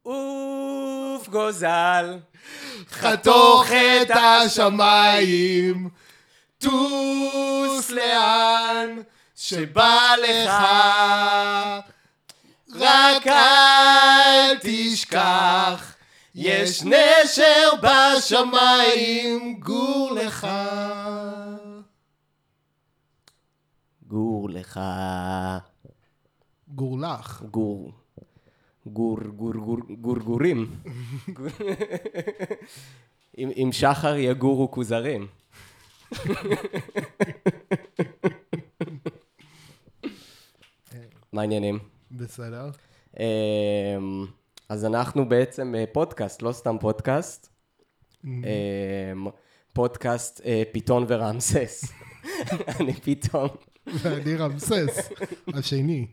עוף גוזל, חתוך את השמיים, טוס לאן שבא לך, רק אל תשכח, יש נשר בשמיים, גור לך. גור לך. גור לך. גורים. עם שחר יגורו כוזרים. מה העניינים? בסדר. אז אנחנו בעצם פודקאסט, לא סתם פודקאסט. פודקאסט פיתון ורמסס. אני פיתון. ואני רמסס, השני.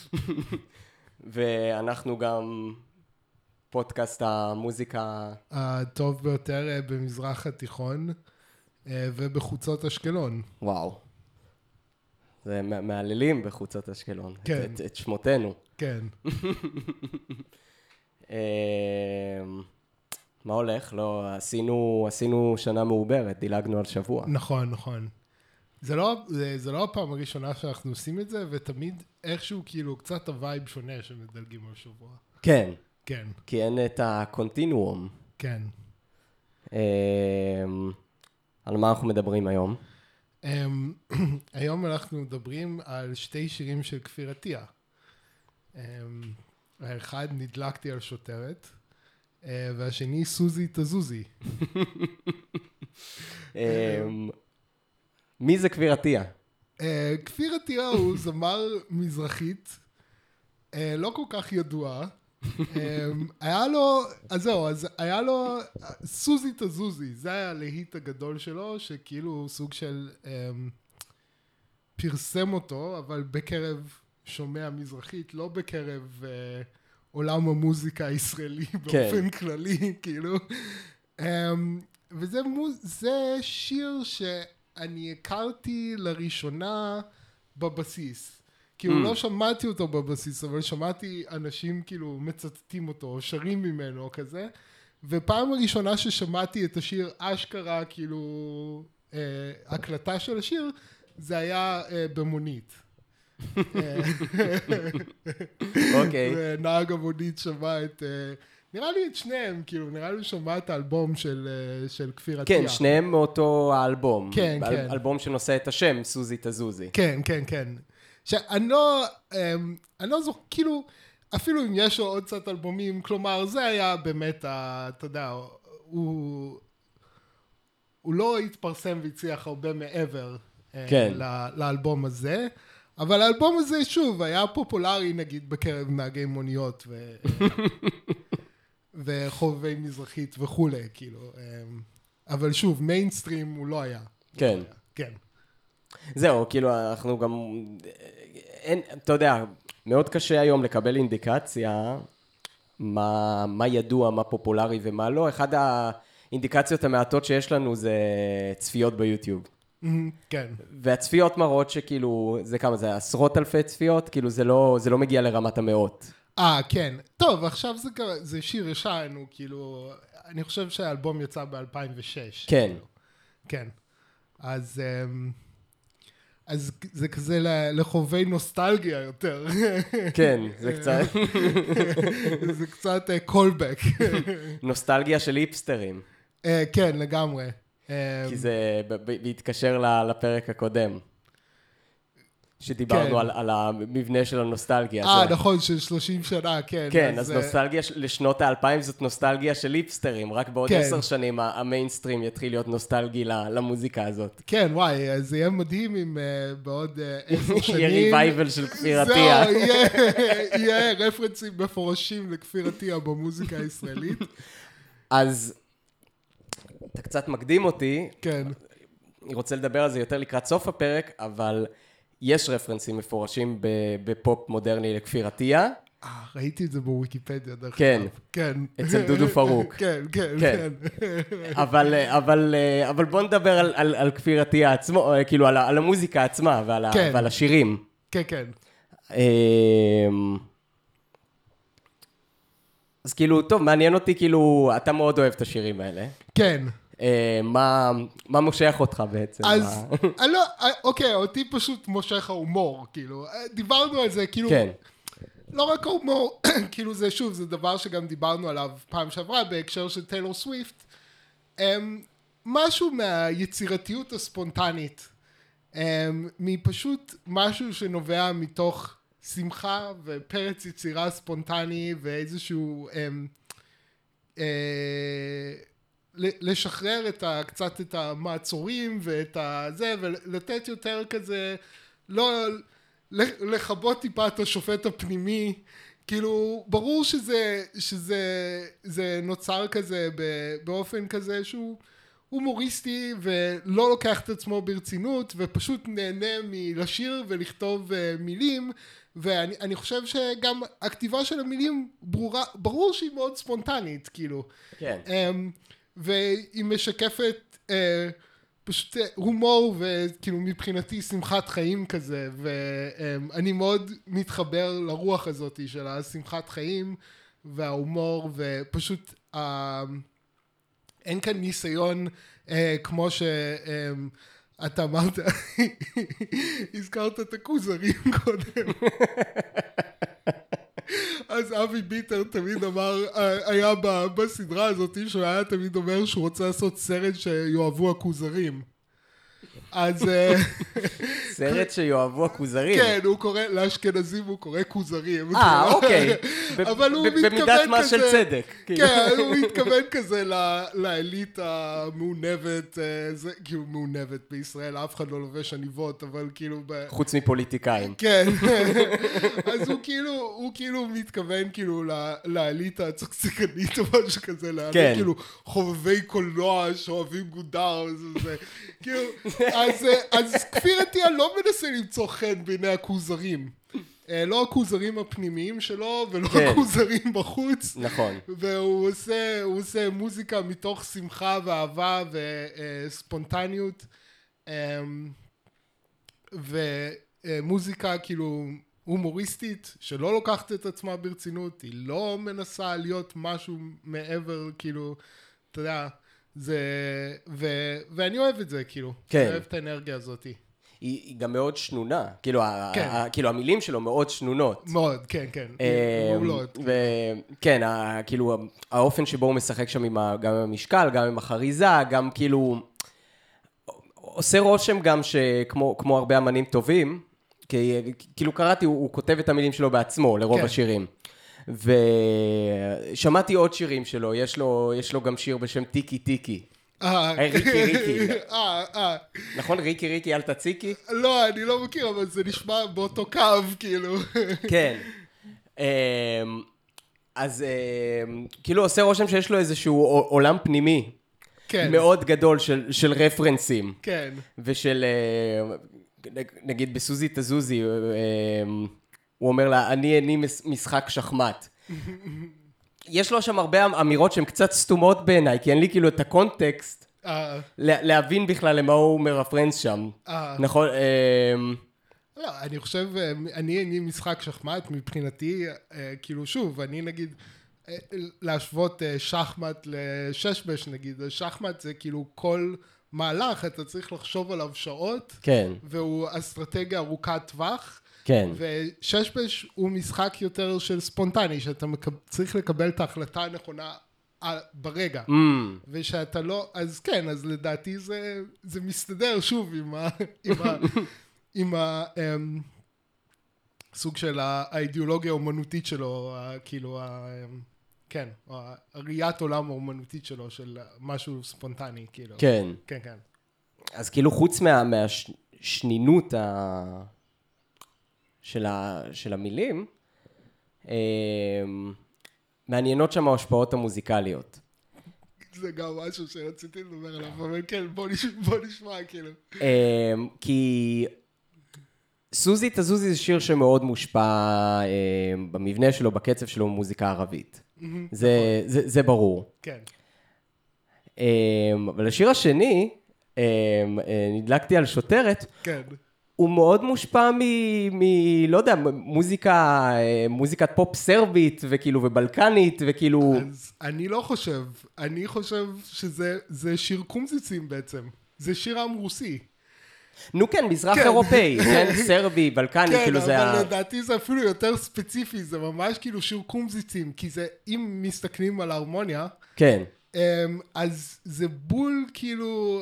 ואנחנו גם פודקאסט המוזיקה הטוב ביותר במזרח התיכון ובחוצות אשקלון. וואו. זה מעללים בחוצות אשקלון. כן. את שמותינו. כן. מה הולך? לא, עשינו שנה מעוברת, דילגנו על שבוע. נכון, נכון. זה לא הפעם הראשונה שאנחנו עושים את זה, ותמיד איכשהו כאילו קצת הווייב שונה שמדלגים על שבוע. כן. כן. כי אין את הקונטינואום. כן. על מה אנחנו מדברים היום? היום אנחנו מדברים על שתי שירים של כפיר עטיה. האחד נדלקתי על שוטרת, והשני סוזי תזוזי. מי זה כפיר עטיה? כפיר עטיה הוא זמר מזרחית, לא כל כך ידוע. היה לו סוזי תזוזי, זה היה הלהיט הגדול שלו, שכאילו סוג של פרסם אותו, אבל בקרב שומע מזרחית, לא בקרב עולם המוזיקה הישראלי באופן כללי, כאילו. וזה שיר שאני הכרתי לראשונה בבסיס. כאילו לא שמעתי אותו בבסיס, אבל שמעתי אנשים כאילו מצטטים אותו, שרים ממנו כזה. ופעם הראשונה ששמעתי את השיר אשכרה, כאילו הקלטה של השיר, זה היה במונית. אוקיי. ונהג המונית שמע את... נראה לי את שניהם, כאילו, נראה לי שמע את האלבום של כפיר עטיה. כן, שניהם מאותו האלבום. כן, כן. אלבום שנושא את השם, סוזי תזוזי. כן, כן, כן. שאני לא זוכר, כאילו, אפילו אם יש לו עוד קצת אלבומים, כלומר, זה היה באמת, אתה יודע, הוא לא התפרסם והצליח הרבה מעבר כן. לאלבום הזה, אבל האלבום הזה, שוב, היה פופולרי, נגיד, בקרב נהגי מוניות וחובבי מזרחית וכולי, כאילו. אבל שוב, מיינסטרים הוא לא היה. כן. כן. זהו, כאילו, אנחנו גם... אין, אתה יודע, מאוד קשה היום לקבל אינדיקציה מה ידוע, מה פופולרי ומה לא. אחד האינדיקציות המעטות שיש לנו זה צפיות ביוטיוב. כן. והצפיות מראות שכאילו, זה כמה, זה עשרות אלפי צפיות, כאילו זה לא מגיע לרמת המאות. כן. טוב, עכשיו זה שיר ישן, הוא כאילו, אני חושב שהאלבום יצא ב-2006. כן. כן. אז זה כזה לחובי נוסטלגיה יותר. כן, זה קצת... זה קצת קולבק. נוסטלגיה של היפסטרים. כן, לגמרי. כי זה בהתקשר לפרק הקודם. שדיברנו על המבנה של הנוסטלגיה. נכון, של 30 שנה, כן. כן, אז נוסטלגיה לשנות ה-2000 זאת נוסטלגיה של היפסטרים, רק בעוד 10 שנים המיינסטרים יתחיל להיות נוסטלגי למוזיקה הזאת. כן, וואי, אז זה יהיה מדהים אם בעוד 10 שנים... יהיה ריווייבל של כפיר עטיה. זהו, יהיה רפרנסים מפורשים לכפיר עטיה במוזיקה הישראלית. אז אתה קצת מקדים אותי. כן. אני רוצה לדבר על זה יותר לקראת סוף הפרק, אבל... יש רפרנסים מפורשים בפופ מודרני לכפיר עטיה. ראיתי את זה בוויקיפדיה. כן. כן. אצל דודו פרוק. כן, כן, כן. אבל בוא נדבר על כפיר עטיה עצמו, כאילו על המוזיקה עצמה ועל השירים. כן, כן. אז כאילו, טוב, מעניין אותי, כאילו, אתה מאוד אוהב את השירים האלה. כן. מה מושך אותך בעצם? אז, לא, אוקיי, אותי פשוט מושך ההומור, כאילו, דיברנו על זה, כאילו, כן. לא רק ההומור, כאילו זה שוב, זה דבר שגם דיברנו עליו פעם שעברה, בהקשר של טיילור סוויפט, משהו מהיצירתיות הספונטנית, מפשוט משהו שנובע מתוך שמחה ופרץ יצירה ספונטני ואיזשהו לשחרר קצת את המעצורים ואת זה ולתת יותר כזה, לא לכבות טיפה את השופט הפנימי, כאילו ברור שזה נוצר כזה באופן כזה שהוא הומוריסטי ולא לוקח את עצמו ברצינות ופשוט נהנה מלשיר ולכתוב מילים, ואני חושב שגם הכתיבה של המילים ברור שהיא מאוד ספונטנית, כאילו. כן. והיא משקפת פשוט הומור וכאילו מבחינתי שמחת חיים כזה, ואני מאוד מתחבר לרוח הזאת של השמחת חיים וההומור, ופשוט אין כאן ניסיון כמו שאתה אמרת, הזכרת את הכוזרים קודם. אז אבי ביטר תמיד אמר, היה בסדרה הזאת שהוא היה תמיד אומר שהוא רוצה לעשות סרט שיואבו הכוזרים. אז סרט שיואבו הכוזרים. כן, הוא קורא, לאשכנזים הוא קורא כוזרים. אוקיי. אבל הוא מתכוון כזה. במידת מה של צדק. כן, הוא מתכוון כזה לאליט המעונבת, כאילו מעונבת בישראל, אף אחד לא לובש עניבות, אבל כאילו... חוץ מפוליטיקאים. כן. אז הוא כאילו מתכוון כאילו לאליט הצקצקנית או משהו כזה, כן. כאילו חובבי קולנוע שאוהבים גודר, זה כאילו... אז כפיר עטיה לא מנסה למצוא חן בעיני הכוזרים. לא הכוזרים הפנימיים שלו, ולא הכוזרים בחוץ. נכון. והוא עושה מוזיקה מתוך שמחה ואהבה וספונטניות. ומוזיקה כאילו הומוריסטית, שלא לוקחת את עצמה ברצינות, היא לא מנסה להיות משהו מעבר, כאילו, אתה יודע... ואני אוהב את זה, כאילו. כן. אני אוהב את האנרגיה הזאת. היא גם מאוד שנונה. כאילו, כאילו המילים שלו מאוד שנונות. מאוד, כן, כן. מעולות. כן, כאילו, האופן שבו הוא משחק שם גם עם המשקל, גם עם החריזה, גם כאילו... עושה רושם גם שכמו הרבה אמנים טובים, כאילו קראתי, הוא כותב את המילים שלו בעצמו, לרוב השירים. ושמעתי עוד שירים שלו, יש לו גם שיר בשם טיקי טיקי. ריקי ריקי. נכון, ריקי ריקי אל תציקי? לא, אני לא מכיר, אבל זה נשמע באותו קו, כאילו. כן. אז כאילו עושה רושם שיש לו איזשהו עולם פנימי. מאוד גדול של רפרנסים. כן. ושל, נגיד בסוזי תזוזי, הוא אומר לה, אני משחק שחמט. יש לו שם הרבה אמירות שהן קצת סתומות בעיניי, כי אין לי כאילו את הקונטקסט להבין בכלל למה הוא מרפרנס שם. נכון? לא, אני חושב, אני משחק שחמט מבחינתי, כאילו שוב, אני נגיד, להשוות שחמט לששבש נגיד, שחמט זה כאילו כל מהלך, אתה צריך לחשוב עליו שעות, כן. והוא אסטרטגיה ארוכת טווח, כן. וששבש הוא משחק יותר של ספונטני, שאתה צריך לקבל את ההחלטה הנכונה ברגע. ושאתה לא, אז כן, אז לדעתי זה מסתדר שוב עם סוג של האידיאולוגיה האומנותית שלו, כאילו, כן, הראיית עולם האומנותית שלו, של משהו ספונטני, כאילו. כן. כן, כן. אז כאילו חוץ מהשנינות של המילים, מעניינות שם ההשפעות המוזיקליות. זה גם משהו שרציתי לדבר עליו, אבל כן, בוא נשמע, כאילו. כי סוזי תזוזי זה שיר שמאוד מושפע במבנה שלו, בקצב שלו, מוזיקה ערבית. זה ברור. כן. אבל השיר השני, נדלקתי על שוטרת, כן. הוא מאוד מושפע לא יודע, מוזיקת פופ סרבית, וכאילו, ובלקנית, וכאילו... אז אני לא חושב, אני חושב שזה שיר קומזיצים בעצם. זה שיר עם רוסי. נו כן, מזרח אירופאי, כן, סרבי, בלקני, כאילו זה... כן, אבל לדעתי זה אפילו יותר ספציפי, זה ממש כאילו שיר קומזיצים, כי זה, אם מסתכלים על ההרמוניה, כן. אז זה בול כאילו,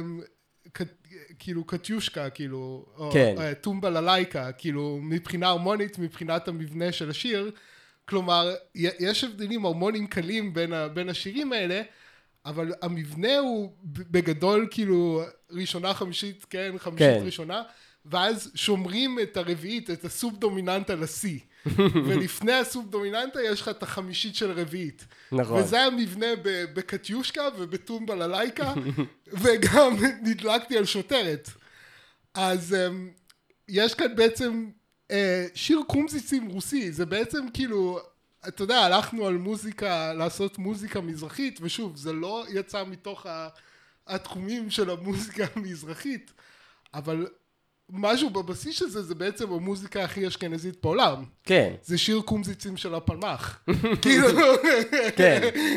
כאילו קטיושקה, כאילו, או טומבה ללייקה, כאילו מבחינה הרמונית, מבחינת המבנה של השיר, כלומר, יש הבדלים הרמוניים קלים בין השירים האלה, אבל המבנה הוא בגדול כאילו ראשונה חמישית, כן, חמישית ראשונה, ואז שומרים את הרביעית, את הסוב דומיננטה לסי, ולפני הסוב דומיננטה יש לך את החמישית של רביעית. נכון. וזה המבנה בקטיושקה ובטומבה ללייקה, וגם נדלקתי על שוטרת. אז יש כאן בעצם שיר קומזיצים רוסי, זה בעצם כאילו... אתה יודע, הלכנו על מוזיקה, לעשות מוזיקה מזרחית, ושוב, זה לא יצא מתוך התחומים של המוזיקה המזרחית, אבל משהו בבסיס של זה, זה בעצם המוזיקה הכי אשכנזית בעולם. כן. זה שיר קומזיצים של הפלמ"ח. כאילו... כן.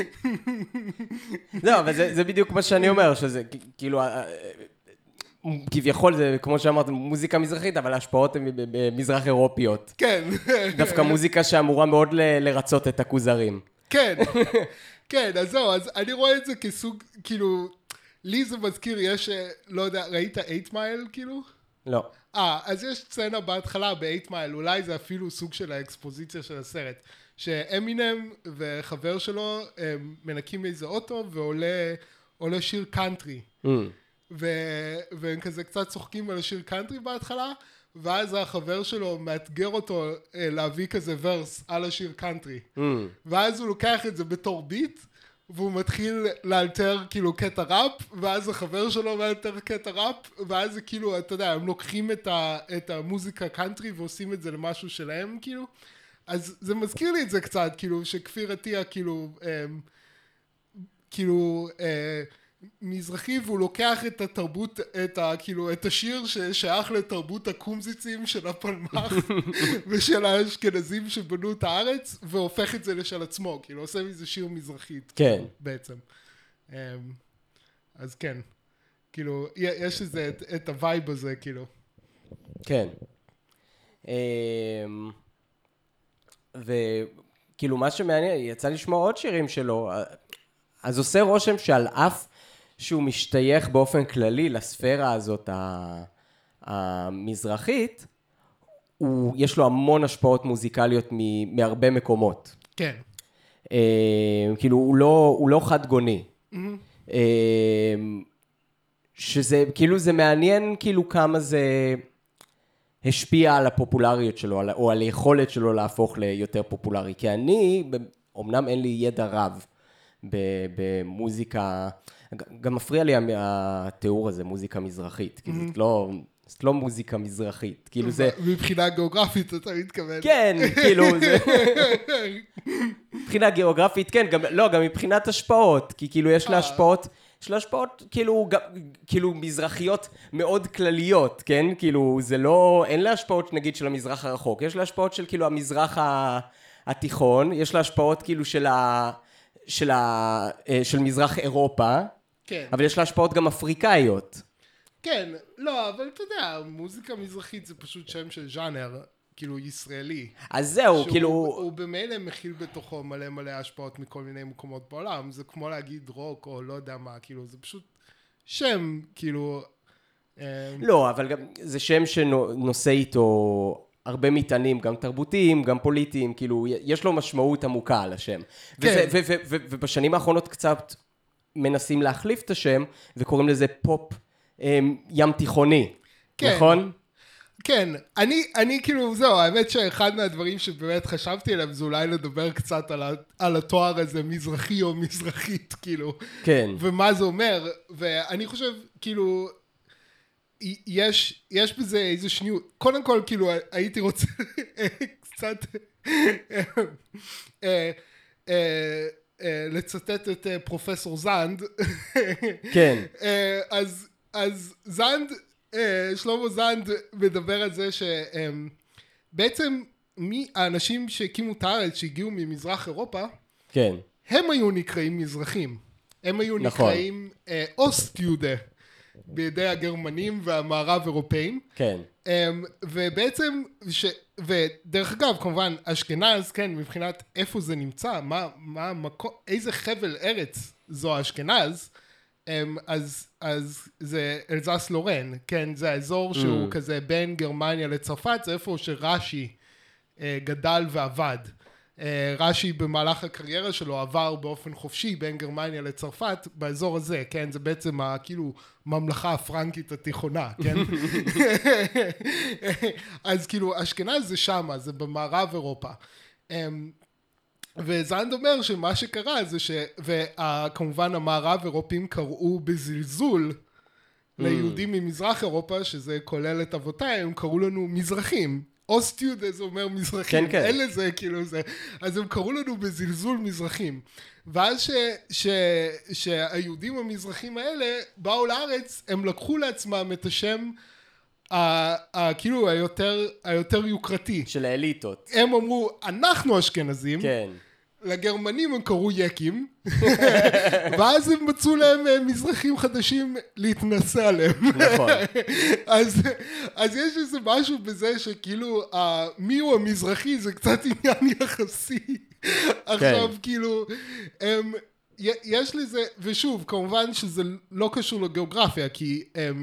לא, אבל זה בדיוק מה שאני אומר, שזה כאילו... כביכול זה, כמו שאמרת, מוזיקה מזרחית, אבל ההשפעות הן מזרח אירופיות. כן. דווקא מוזיקה שאמורה מאוד לרצות את הכוזרים. כן. כן, אז זהו, אז אני רואה את זה כסוג, כאילו, לי זה מזכיר, יש, לא יודע, ראית 8 מייל, כאילו? לא. אז יש סצנה בהתחלה ב8 מייל, אולי זה אפילו סוג של האקספוזיציה של הסרט, שאמינם וחבר שלו מנקים איזה אוטו ועולה שיר קאנטרי. והם כזה קצת צוחקים על השיר קאנטרי בהתחלה, ואז החבר שלו מאתגר אותו להביא כזה ורס על השיר קאנטרי. ואז הוא לוקח את זה בתור ביט, והוא מתחיל לאלתר כאילו קטע ראפ, ואז החבר שלו מאלתר קטע ראפ, ואז זה כאילו, אתה יודע, הם לוקחים את המוזיקה קאנטרי ועושים את זה למשהו שלהם, כאילו. אז זה מזכיר לי את זה קצת, כאילו, שכפיר עטיה, כאילו, מזרחי, והוא לוקח את התרבות, כאילו, את השיר ששייך לתרבות הקומזיצים של הפלמ"ח ושל האשכנזים שבנו את הארץ, והופך את זה לשל עצמו, כאילו, עושה מזה שיר מזרחית. כן. בעצם. אז כן. כאילו, יש איזה, את הווייב הזה, כאילו. כן. וכאילו, מה שמעניין, יצא לשמוע עוד שירים שלו, אז עושה רושם שעל אף שהוא משתייך באופן כללי לספירה הזאת המזרחית, יש לו המון השפעות מוזיקליות מהרבה מקומות. כן. כאילו, הוא לא חד גוני. שזה, כאילו, זה מעניין, כאילו, כמה זה השפיע על הפופולריות שלו, או על היכולת שלו להפוך ליותר פופולרי. כי אני, אמנם אין לי ידע רב במוזיקה, גם מפריע לי התיאור הזה, מוזיקה מזרחית, כי זאת לא מוזיקה מזרחית, כאילו זה... מבחינה גיאוגרפית אתה מתכוון. כן, כאילו זה... מבחינה גיאוגרפית, כן, גם מבחינת השפעות, כי כאילו יש לה השפעות כאילו מזרחיות מאוד כלליות, כן? כאילו זה לא, אין לה השפעות נגיד של המזרח הרחוק, יש לה השפעות של כאילו המזרח התיכון, יש לה השפעות כאילו של מזרח אירופה, כן. אבל יש לה השפעות גם אפריקאיות. כן, לא, אבל אתה יודע, מוזיקה מזרחית זה פשוט שם של ז'אנר, כאילו ישראלי. אז זהו, כאילו... הוא במילא מכיל בתוכו מלא השפעות מכל מיני מקומות בעולם, זה כמו להגיד רוק או לא יודע מה, כאילו זה פשוט שם, כאילו... לא, אבל גם זה שם שנושא איתו הרבה מטענים, גם תרבותיים, גם פוליטיים, כאילו יש לו משמעות עמוקה על השם. כן. ובשנים האחרונות קצת מנסים להחליף את השם, וקוראים לזה פופ ים תיכוני, כן. נכון? כן, אני כאילו, זהו, האמת שאחד מהדברים שבאמת חשבתי עליהם, זה אולי לדבר קצת על התואר הזה, מזרחי או מזרחית, כאילו. כן. ומה זה אומר, ואני חושב, כאילו, יש בזה איזו שניות. קודם כל, כאילו, הייתי רוצה קצת לצטט את פרופסור זנד. כן. אז זנד שלמה זנד מדבר על זה שבעצם האנשים שהקימו את הארץ, שהגיעו ממזרח אירופה, כן. הם היו נקראים מזרחים. הם היו נכון. נקראים אוסט-יהודה, בידי הגרמנים והמערב אירופאים. כן. ובעצם, ודרך אגב, כמובן, אשכנז, כן, מבחינת איפה זה נמצא, איזה חבל ארץ זו אשכנז, אז זה אלזס לורן, כן, זה האזור שהוא כזה בין גרמניה לצרפת, זה איפה שרש"י גדל ועבד. רש"י במהלך הקריירה שלו עבר באופן חופשי בין גרמניה לצרפת באזור הזה, כן? זה בעצם כאילו ממלכה הפרנקית התיכונה, כן? אז כאילו אשכנז זה שמה, זה במערב אירופה. וזנד אומר שמה שקרה זה וכמובן המערב אירופאים קראו בזלזול ליהודים ממזרח אירופה, שזה כולל את אבותיהם, קראו לנו מזרחים. אוסט-יהודה זה אומר מזרחים, כן. אין לזה כאילו זה, אז הם קראו לנו בזלזול מזרחים, ואז שהיהודים המזרחים האלה באו לארץ, הם לקחו לעצמם את השם כאילו היותר יוקרתי. של האליטות. הם אמרו, אנחנו אשכנזים, כן. לגרמנים הם קראו יקים, ואז הם מצאו להם מזרחים חדשים להתנסה עליהם. נכון. אז יש איזה משהו בזה שכאילו מי הוא המזרחי זה קצת עניין יחסי. עכשיו כאילו יש לזה, ושוב כמובן שזה לא קשור לגיאוגרפיה, כי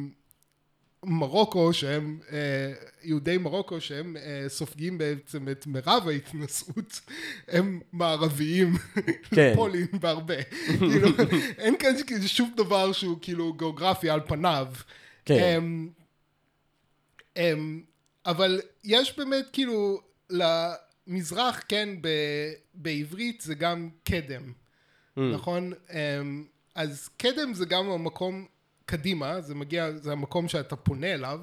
מרוקו שהם יהודי מרוקו שהם סופגים בעצם את מרב ההתנסות, הם מערביים לפולין בהרבה, כאילו אין כאן שום דבר שהוא כאילו גיאוגרפי על פניו, אבל יש באמת כאילו למזרח, כן, בעברית זה גם קדם, נכון? אז קדם זה גם המקום קדימה, זה המקום שאתה פונה אליו,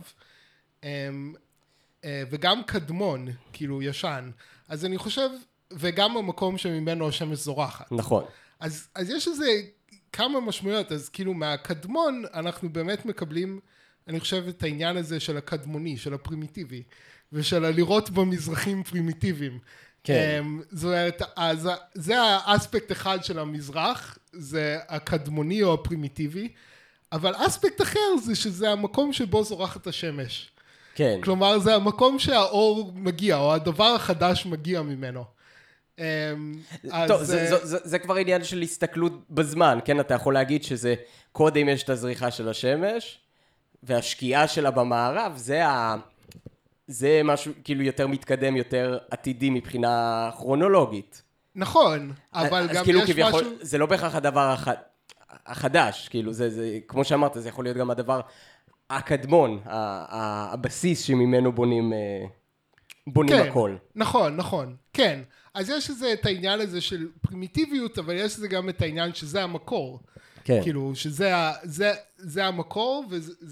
וגם קדמון, כאילו ישן. אז אני חושב, וגם המקום שממנו השמש זורחת. נכון. אז יש איזה כמה משמעויות, אז כאילו מהקדמון אנחנו באמת מקבלים, אני חושב, את העניין הזה של הקדמוני, של הפרימיטיבי, ושל לראות במזרחים פרימיטיביים. כן. זאת אומרת, זה האספקט אחד של המזרח, זה הקדמוני או הפרימיטיבי, אבל אספקט אחר זה שזה המקום שבו זורחת השמש. כן. כלומר, זה המקום שהאור מגיע, או הדבר החדש מגיע ממנו. טוב, זה כבר עניין של הסתכלות בזמן, כן? אתה יכול להגיד שזה, קודם יש את הזריחה של השמש, והשקיעה שלה במערב, זה משהו כאילו יותר מתקדם, יותר עתידי מבחינה כרונולוגית. נכון, אבל גם כאילו יש משהו... זה לא בהכרח הדבר החדש, כאילו, זה, כמו שאמרת, זה יכול להיות גם הדבר הקדמון, הבסיס שממנו בונים הכל. נכון, כן. אז יש לזה את העניין הזה של פרימיטיביות, אבל יש לזה גם את העניין שזה המקור. כן. כאילו, שזה המקור,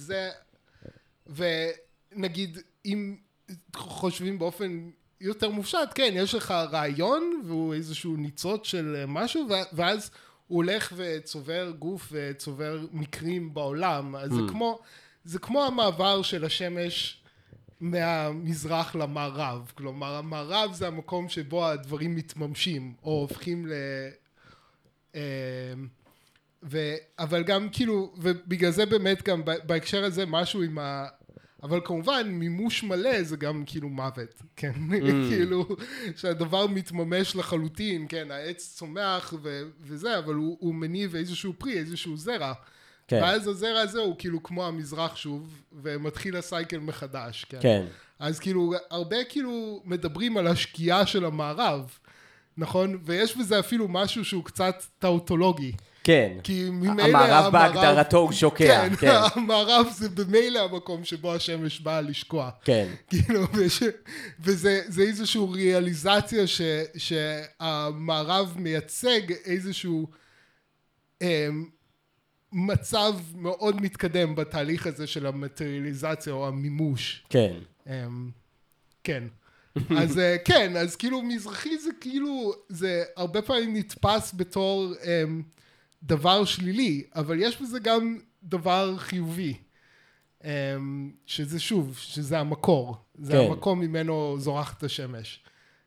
ונגיד, אם חושבים באופן יותר מופשט, כן, יש לך רעיון, והוא איזשהו ניצוץ של משהו, ואז הוא הולך וצובר גוף וצובר מקרים בעולם, אז זה כמו המעבר של השמש מהמזרח למערב, כלומר המערב זה המקום שבו הדברים מתממשים או הופכים אבל גם כאילו, ובגלל זה באמת גם בהקשר הזה משהו עם אבל כמובן מימוש מלא זה גם כאילו מוות, כן, כאילו שהדבר מתממש לחלוטין, כן, העץ צומח וזה, אבל הוא מניב איזשהו פרי, איזשהו זרע, ואז הזרע הזה הוא כאילו כמו המזרח שוב, ומתחיל הסייקל מחדש, כן. אז כאילו הרבה כאילו מדברים על השקיעה של המערב, נכון? ויש בזה אפילו משהו שהוא קצת טאוטולוגי. כן, המערב בהגדרתו הוא שוקע. כן, המערב זה במילא המקום שבו השמש באה לשקוע. כן. כאילו, וזה איזושהי ריאליזציה שהמערב מייצג איזשהו מצב מאוד מתקדם בתהליך הזה של המטריאליזציה או המימוש. כן. כן. אז כן, אז כאילו מזרחי זה כאילו, זה הרבה פעמים נתפס בתור דבר שלילי, אבל יש בזה גם דבר חיובי. שזה שוב, שזה המקור. זה המקור ממנו זורחת השמש.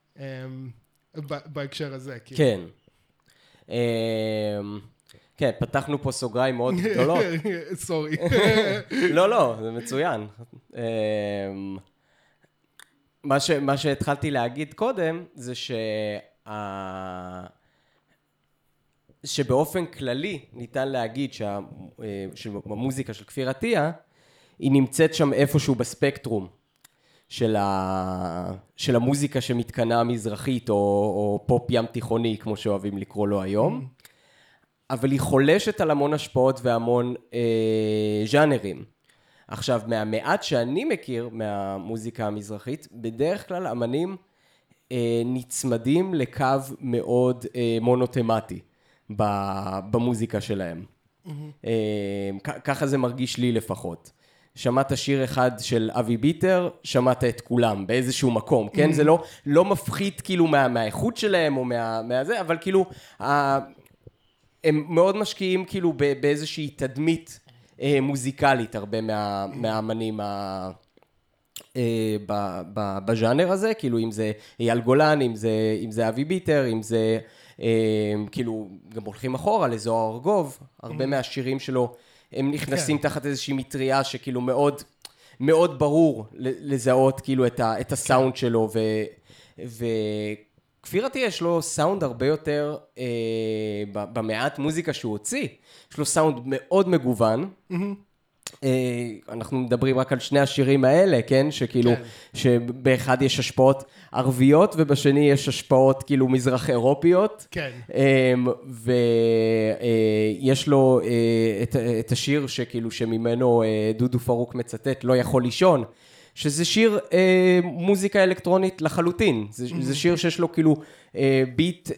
בהקשר הזה. כן. כן, פתחנו פה סוגריים מאוד גדולות. סורי. לא, זה מצוין. מה שהתחלתי להגיד קודם, זה שבאופן כללי ניתן להגיד שהמוזיקה של כפיר עטיה, היא נמצאת שם איפשהו בספקטרום של המוזיקה שמתקנה מזרחית, או פופ ים תיכוני, כמו שאוהבים לקרוא לו היום. אבל היא חולשת על המון השפעות והמון ז'אנרים. עכשיו, מהמעט שאני מכיר מהמוזיקה המזרחית, בדרך כלל אמנים נצמדים לקו מאוד מונותמטי במוזיקה שלהם. ככה זה מרגיש לי לפחות. שמעת שיר אחד של אבי ביטר, שמעת את כולם באיזשהו מקום, כן? זה לא מפחית כאילו מהאיכות שלהם או מהזה, אבל כאילו הם מאוד משקיעים כאילו באיזושהי תדמית מוזיקלית, הרבה מהאמנים בז'אנר הזה, כאילו אם זה אייל גולן, אם זה אבי ביטר, אם זה כאילו גם הולכים אחורה לזוהר ארגוב, הרבה מהשירים שלו הם נכנסים תחת איזושהי מטריה שכאילו מאוד מאוד ברור לזהות כאילו את הסאונד שלו, וכפיר עטיה יש לו סאונד הרבה יותר במעט מוזיקה שהוא הוציא, יש לו סאונד מאוד מגוון. אנחנו מדברים רק על שני השירים האלה, כן? שכאילו, שבאחד יש השפעות ערביות, ובשני יש השפעות כאילו מזרח אירופיות. כן. ויש לו את השיר שכאילו, שממנו דודו פרוק מצטט, לא יכול לישון, שזה שיר מוזיקה אלקטרונית לחלוטין. זה שיר שיש לו כאילו ביט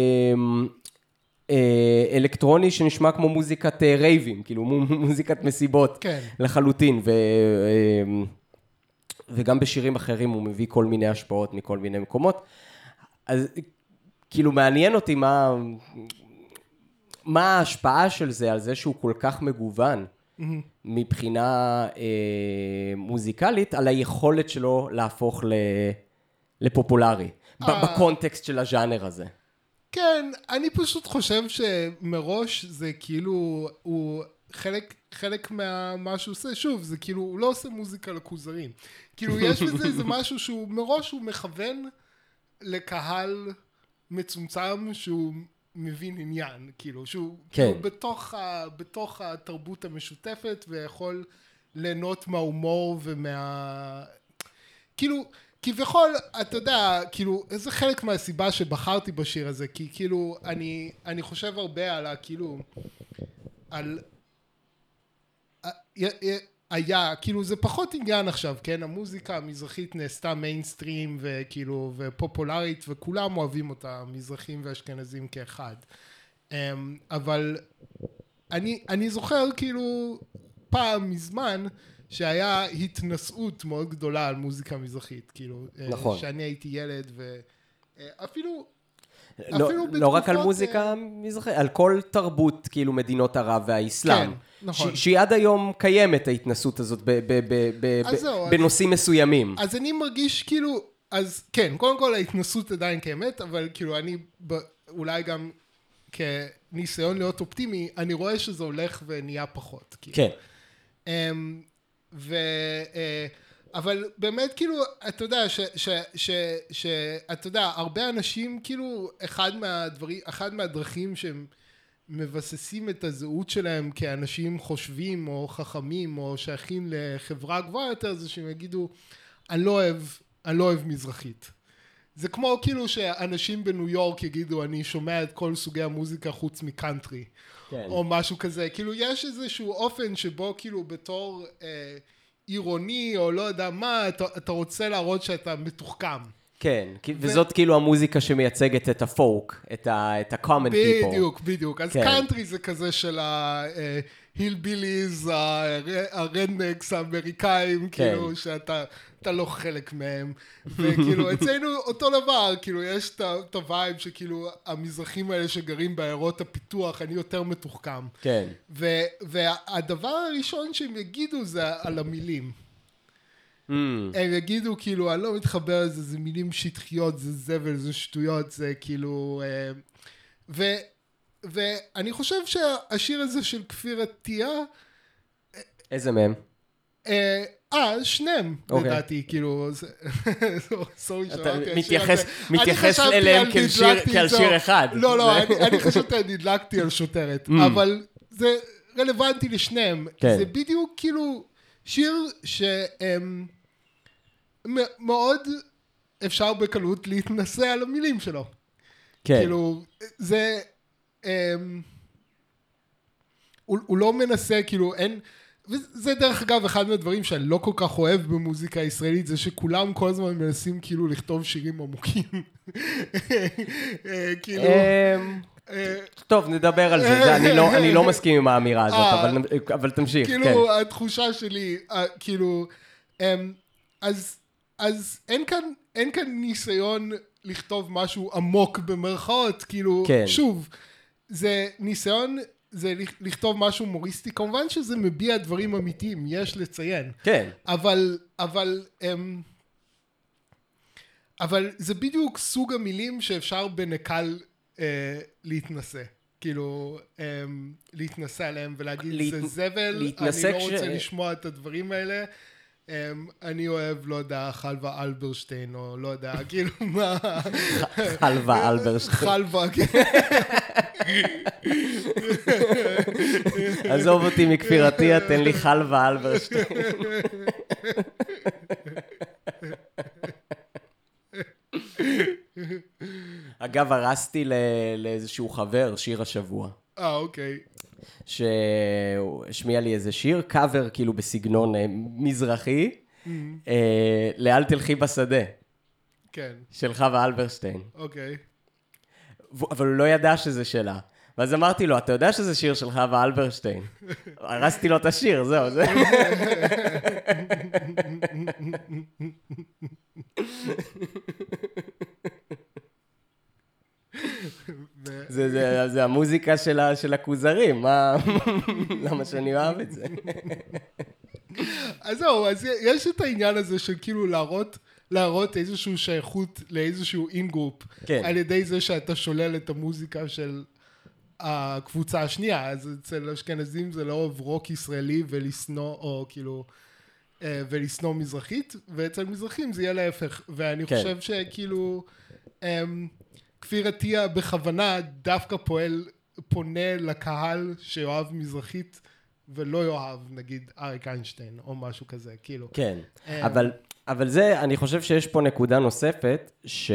אלקטרוני שנשמע כמו מוזיקת רייבים, כאילו מוזיקת מסיבות כן. לחלוטין, וגם בשירים אחרים הוא מביא כל מיני השפעות מכל מיני מקומות. אז כאילו מעניין אותי מה ההשפעה של זה על זה שהוא כל כך מגוון מבחינה מוזיקלית, על היכולת שלו להפוך לפופולרי, בקונטקסט של הז'אנר הזה. כן, אני פשוט חושב שמראש זה כאילו, הוא חלק מה שהוא עושה, שוב, זה כאילו, הוא לא עושה מוזיקה לכוזרים. כאילו, יש בזה איזה משהו שהוא, מראש הוא מכוון לקהל מצומצם שהוא מבין עניין, כאילו, שהוא כן. כאילו בתוך התרבות המשותפת, ויכול ליהנות מההומור כאילו, כביכול, אתה יודע, כאילו, זה חלק מהסיבה שבחרתי בשיר הזה, כי כאילו, אני חושב הרבה על כאילו, כאילו, זה פחות עניין עכשיו, כן? המוזיקה המזרחית נעשתה מיינסטרים, וכאילו, ופופולרית, וכולם אוהבים אותה, מזרחים ואשכנזים כאחד. אבל אני זוכר, כאילו, פעם מזמן, שהיה התנסות מאוד גדולה על מוזיקה מזרחית, כאילו, נכון. שאני הייתי ילד, ואפילו לא רק על מוזיקה מזרחית, על כל תרבות, כאילו, מדינות ערב והאסלאם. כן, נכון. שהיא עד היום קיימת ההתנסות הזאת בנושאים מסוימים. אז אני מרגיש כאילו, אז כן, קודם כל ההתנסות עדיין קיימת, אבל כאילו אני, אולי גם כניסיון להיות אופטימי, אני רואה שזה הולך ונהיה פחות. כאילו. כן. אבל באמת כאילו, אתה יודע, אתה יודע, הרבה אנשים כאילו, אחד מהדרכים שהם מבססים את הזהות שלהם כאנשים חושבים או חכמים או שייכים לחברה גבוהה יותר, זה שהם יגידו, אני לא אוהב מזרחית. זה כמו כאילו שאנשים בניו יורק יגידו, אני שומע את כל סוגי המוזיקה חוץ מקאנטרי. כן. או משהו כזה. כאילו יש איזשהו אופן שבו כאילו בתור עירוני או לא יודע מה, אתה רוצה להראות שאתה מתוחכם. כן, וזאת כאילו המוזיקה שמייצגת את הפולק, את ה-common people. בדיוק. אז קאנטרי זה כזה של ההילביליז, הרדנקס האמריקאים, כאילו שאתה לא חלק מהם, וכאילו אצלנו אותו דבר, כאילו יש את הווייב שכאילו המזרחים האלה שגרים בעיירות הפיתוח, אני יותר מתוחכם. כן. והדבר הראשון שהם יגידו זה על המילים. הם יגידו כאילו, אני לא מתחבר לזה, זה מילים שטחיות, זה זבל, זה שטויות, זה כאילו... ואני חושב שהשיר הזה של כפיר עטיה... איזה מהם? שניהם, לדעתי, כאילו... סורי שאמרתי, מתייחס אליהם כעל שיר אחד. לא, אני חשבתי, אני נדלקתי על שוטרת, אבל זה רלוונטי לשניהם. זה בדיוק כאילו שיר שמאוד אפשר בקלות להתנסה על המילים שלו. כאילו, זה... הוא לא מנסה, כאילו, אין... וזה דרך אגב אחד מהדברים שאני לא כל כך אוהב במוזיקה הישראלית, זה שכולם כל הזמן מנסים כאילו לכתוב שירים עמוקים. כאילו... טוב, נדבר על זה, אני לא מסכים עם האמירה הזאת, אבל תמשיך. כאילו, התחושה שלי, כאילו, אז אין כאן ניסיון לכתוב משהו עמוק במרכאות, כאילו, שוב, זה ניסיון... זה לכתוב משהו מוריסטי, כמובן שזה מביע דברים אמיתיים, יש לציין. כן. אבל זה בדיוק סוג המילים שאפשר בנקל להתנסה. כאילו, להתנסה עליהם ולהגיד, זה זבל, אני לא רוצה לשמוע את הדברים האלה. אני אוהב, לא יודע, חלווה אלברשטיין, או לא יודע, כאילו מה... חלווה אלברשטיין. חלווה, כן. עזוב אותי מכפיר עטיה, תן לי חלווה אלברשטיין. אגב, הרסתי לאיזשהו חבר שיר השבוע. אוקיי. שהשמיע לי איזה שיר, קאבר כאילו בסגנון מזרחי, לאל תלכי בשדה. כן. של חווה אלברשטיין. אוקיי. אבל הוא לא ידע שזה שלה. ואז אמרתי לו, אתה יודע שזה שיר של חווה אלברשטיין? הרסתי לו את השיר, זהו, זה. זה המוזיקה של הכוזרים, למה שאני אוהב את זה? אז זהו, אז יש את העניין הזה של כאילו להראות איזושהי שייכות לאיזשהו אינגרופ, על ידי זה שאתה שולל את המוזיקה של הקבוצה השנייה, אז אצל אשכנזים זה לאהוב רוק ישראלי ולשנוא, או כאילו, ולשנוא מזרחית, ואצל מזרחים זה יהיה להפך, ואני חושב שכאילו, כפיר עטיה בכוונה דווקא פונה לקהל שאוהב מזרחית, ולא יאהב, נגיד, אריק איינשטיין, או משהו כזה, כאילו. כן, אבל זה, אני חושב שיש פה נקודה נוספת,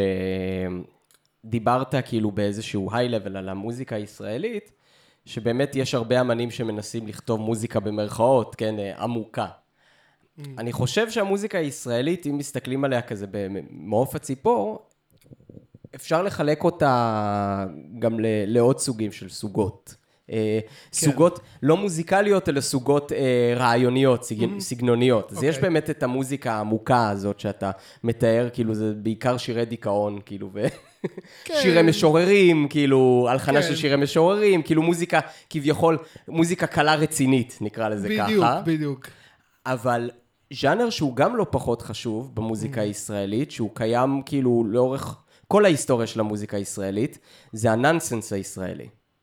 שדיברת כאילו באיזשהו היי-לבל על המוזיקה הישראלית, שבאמת יש הרבה אמנים שמנסים לכתוב מוזיקה במרכאות, כן, עמוקה. אני חושב שהמוזיקה הישראלית, אם מסתכלים עליה כזה במעוף הציפור, אפשר לחלק אותה גם לעוד סוגים של סוגות. סוגות לא מוזיקליות, אלא סוגות רעיוניות, סגנוניות. אז יש באמת את המוזיקה העמוקה הזאת שאתה מתאר, כאילו זה בעיקר שירי דיכאון, כאילו, שירי משוררים, כאילו, הלחנה של שירי משוררים, כאילו מוזיקה, כביכול, מוזיקה קלה רצינית, נקרא לזה ככה. בדיוק, בדיוק. אבל ז'אנר שהוא גם לא פחות חשוב במוזיקה הישראלית, שהוא קיים כאילו לאורך כל ההיסטוריה של המוזיקה הישראלית, זה הננסנס הישראלי.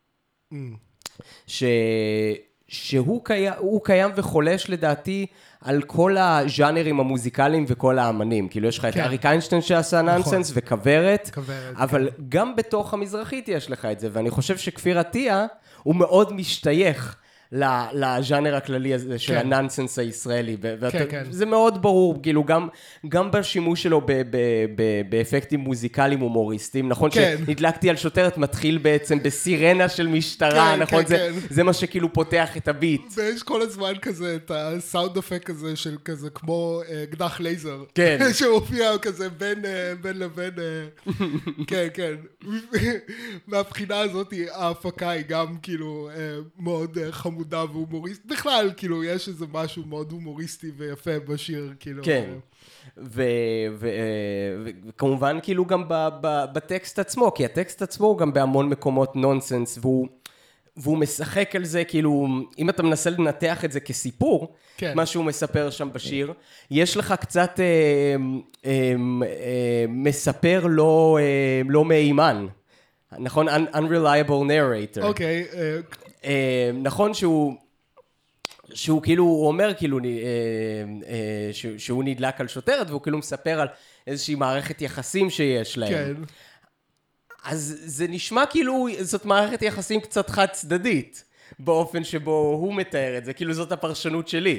שהוא קיים וחולש לדעתי על כל הז'אנרים המוזיקליים וכל האמנים. כאילו יש לך את אריק איינשטיין שעשה ננסנס וכברת, אבל גם בתוך המזרחית יש לך את זה, ואני חושב שכפיר עטיה הוא מאוד משתייך לז'אנר הכללי הזה של הננסנס הישראלי, וזה מאוד ברור, כאילו גם בשימוש שלו באפקטים מוזיקליים הומוריסטיים, נכון שנדלקתי על שוטרת מתחיל בעצם בסירנה של משטרה, נכון, זה מה שכאילו פותח את הביט. ויש כל הזמן כזה את הסאונד אפקט הזה של כזה כמו אקדח לייזר, שמופיע כזה בין לבין, כן, כן, מהבחינה הזאת ההפקה היא גם כאילו מאוד חמודה, חמודה והומוריסט, בכלל, כאילו, יש איזה משהו מאוד הומוריסטי ויפה בשיר, כאילו. כן. וכמובן כאילו גם בטקסט עצמו, כי הטקסט עצמו הוא גם בהמון מקומות נונסנס, והוא משחק על זה, כאילו, אם אתה מנסה לנתח את זה כסיפור, כן. מה שהוא מספר שם בשיר, יש לך קצת מספר לא מהימן, נכון? Unreliable narrator. אוקיי. נכון שהוא כאילו, הוא אומר כאילו, שהוא נדלק על שוטרת, והוא כאילו מספר על איזושהי מערכת יחסים שיש להם. כן. אז זה נשמע כאילו, זאת מערכת יחסים קצת חד צדדית, באופן שבו הוא מתאר את זה, כאילו זאת הפרשנות שלי.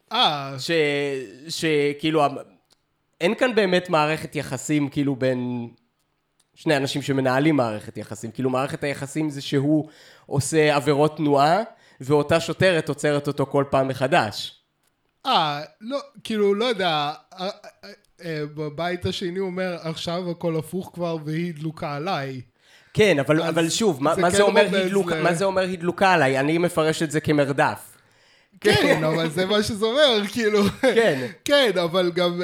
שכאילו, אין כאן באמת מערכת יחסים כאילו בין שני אנשים שמנהלים מערכת יחסים, כאילו מערכת היחסים זה שהוא עושה עבירות תנועה, ואותה שוטרת עוצרת אותו כל פעם מחדש. לא, כאילו, לא יודע, בבית השני הוא אומר, עכשיו הכל הפוך כבר והיא דלוקה עליי. כן, אבל שוב, מה זה אומר הדלוקה עליי? אני מפרש את זה כמרדף. כן, אבל זה מה שזה אומר, כאילו. כן. כן, אבל גם...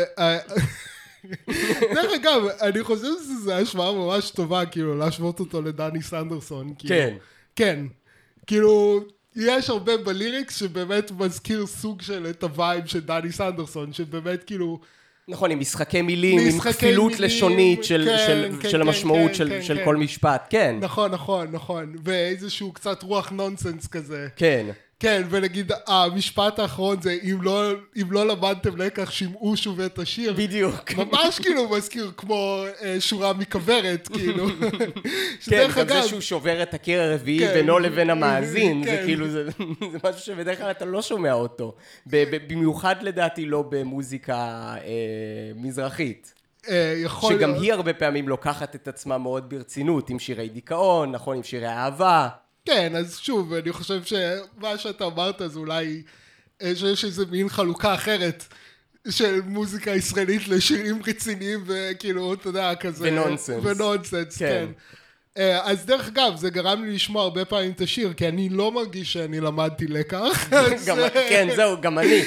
דרך אגב, אני חושב שזו השוואה ממש טובה, כאילו, להשוות אותו לדני סנדרסון. כן. כן. כאילו, יש הרבה בליריקס שבאמת מזכיר סוג של את הווייב של דני סנדרסון, שבאמת כאילו... נכון, עם משחקי מילים, עם כפילות לשונית של המשמעות של כל משפט, כן. נכון, ואיזשהו קצת רוח נונסנס כזה. כן. כן, ונגיד, המשפט האחרון זה, אם לא למדתם לקח, שמעו שוב את השיר. בדיוק. ממש כאילו מזכיר כמו שורה מכוורת, כאילו. כן, גם זה שהוא שובר את הקיר הרביעי בינו לבין המאזין, זה כאילו, זה משהו שבדרך כלל אתה לא שומע אותו. במיוחד לדעתי לא במוזיקה מזרחית. שגם היא הרבה פעמים לוקחת את עצמה מאוד ברצינות, עם שירי דיכאון, נכון, עם שירי אהבה. כן, אז שוב, אני חושב שמה שאתה אמרת זה אולי שיש איזה מין חלוקה אחרת של מוזיקה ישראלית לשירים רציניים וכאילו, אתה יודע, כזה... ונונסנס, כן. אז דרך אגב, זה גרם לי לשמוע הרבה פעמים את השיר, כי אני לא מרגיש שאני למדתי לקח. כן, זהו, גם אני.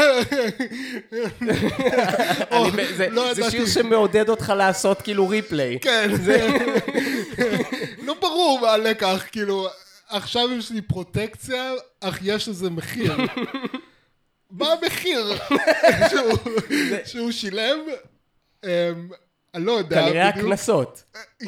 זה שיר שמעודד אותך לעשות כאילו ריפליי. כן. לא ברור מה לקח, כאילו, עכשיו יש לי פרוטקציה, אך יש לזה מחיר. מה המחיר שהוא שילם? אני לא יודע. כנראה הכנסות.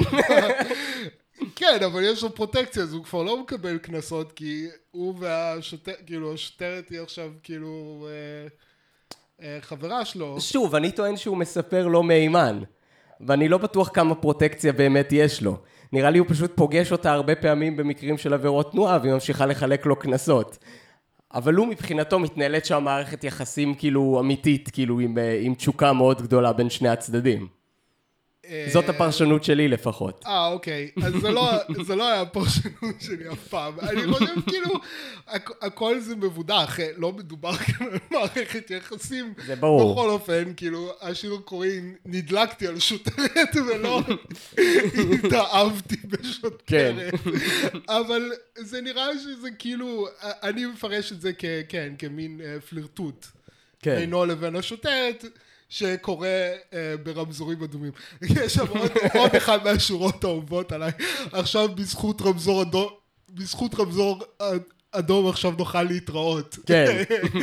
כן, אבל יש לו פרוטקציה, אז הוא כבר לא מקבל כנסות, כי הוא והשוטרת, כאילו, השוטרת היא עכשיו, כאילו, חברה שלו. שוב, אני טוען שהוא מספר לא מהימן, ואני לא בטוח כמה פרוטקציה באמת יש לו. נראה לי הוא פשוט פוגש אותה הרבה פעמים במקרים של עבירות תנועה, והיא ממשיכה לחלק לו כנסות. אבל הוא מבחינתו מתנהלת שם מערכת יחסים כאילו אמיתית, כאילו עם תשוקה מאוד גדולה בין שני הצדדים. זאת הפרשנות שלי לפחות. אוקיי. אז זה לא היה הפרשנות שלי אף פעם. אני חושב כאילו, הכל זה מבודח, לא מדובר כאן על מערכת יחסים. זה ברור. בכל אופן, כאילו, השיר קוראים, נדלקתי על שוטרת ולא התאהבתי בשוטרת. כן. אבל זה נראה שזה כאילו, אני מפרש את זה כמין פלירטוט. בינו לבין השוטרת. שקורה ברמזורים אדומים. יש שם עוד אחד מהשורות האהובות עליי. עכשיו בזכות רמזור אדום עכשיו נוכל להתראות. כן.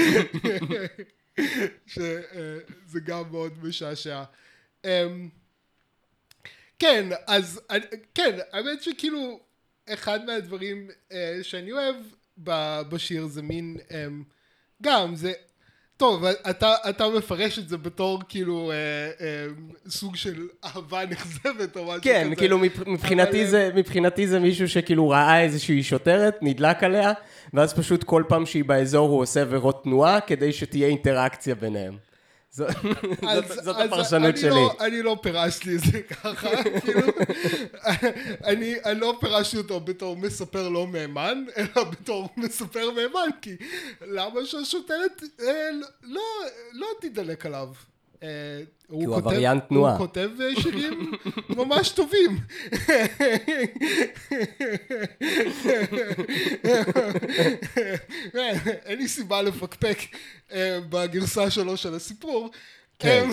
שזה גם מאוד משעשע. כן, אז כן, האמת שכאילו אחד מהדברים שאני אוהב בשיר זה מין גם זה טוב, אתה מפרש את זה בתור כאילו סוג של אהבה נכזבת או משהו כזה. כן, כאילו מבחינתי זה מישהו שכאילו ראה איזושהי שוטרת, נדלק עליה, ואז פשוט כל פעם שהיא באזור הוא עושה עבירות תנועה, כדי שתהיה אינטראקציה ביניהם. זאת הפרשנות שלי. אני לא פירשתי את זה ככה, כאילו, אני לא פירשתי אותו בתור מספר לא מהימן, אלא בתור מספר מהימן, כי למה שהשוטרת לא תדלק עליו? כי הוא עבריין תנועה. הוא כותב שירים ממש טובים. לי סיבה לפקפק בגרסה שלו של הסיפור. כן.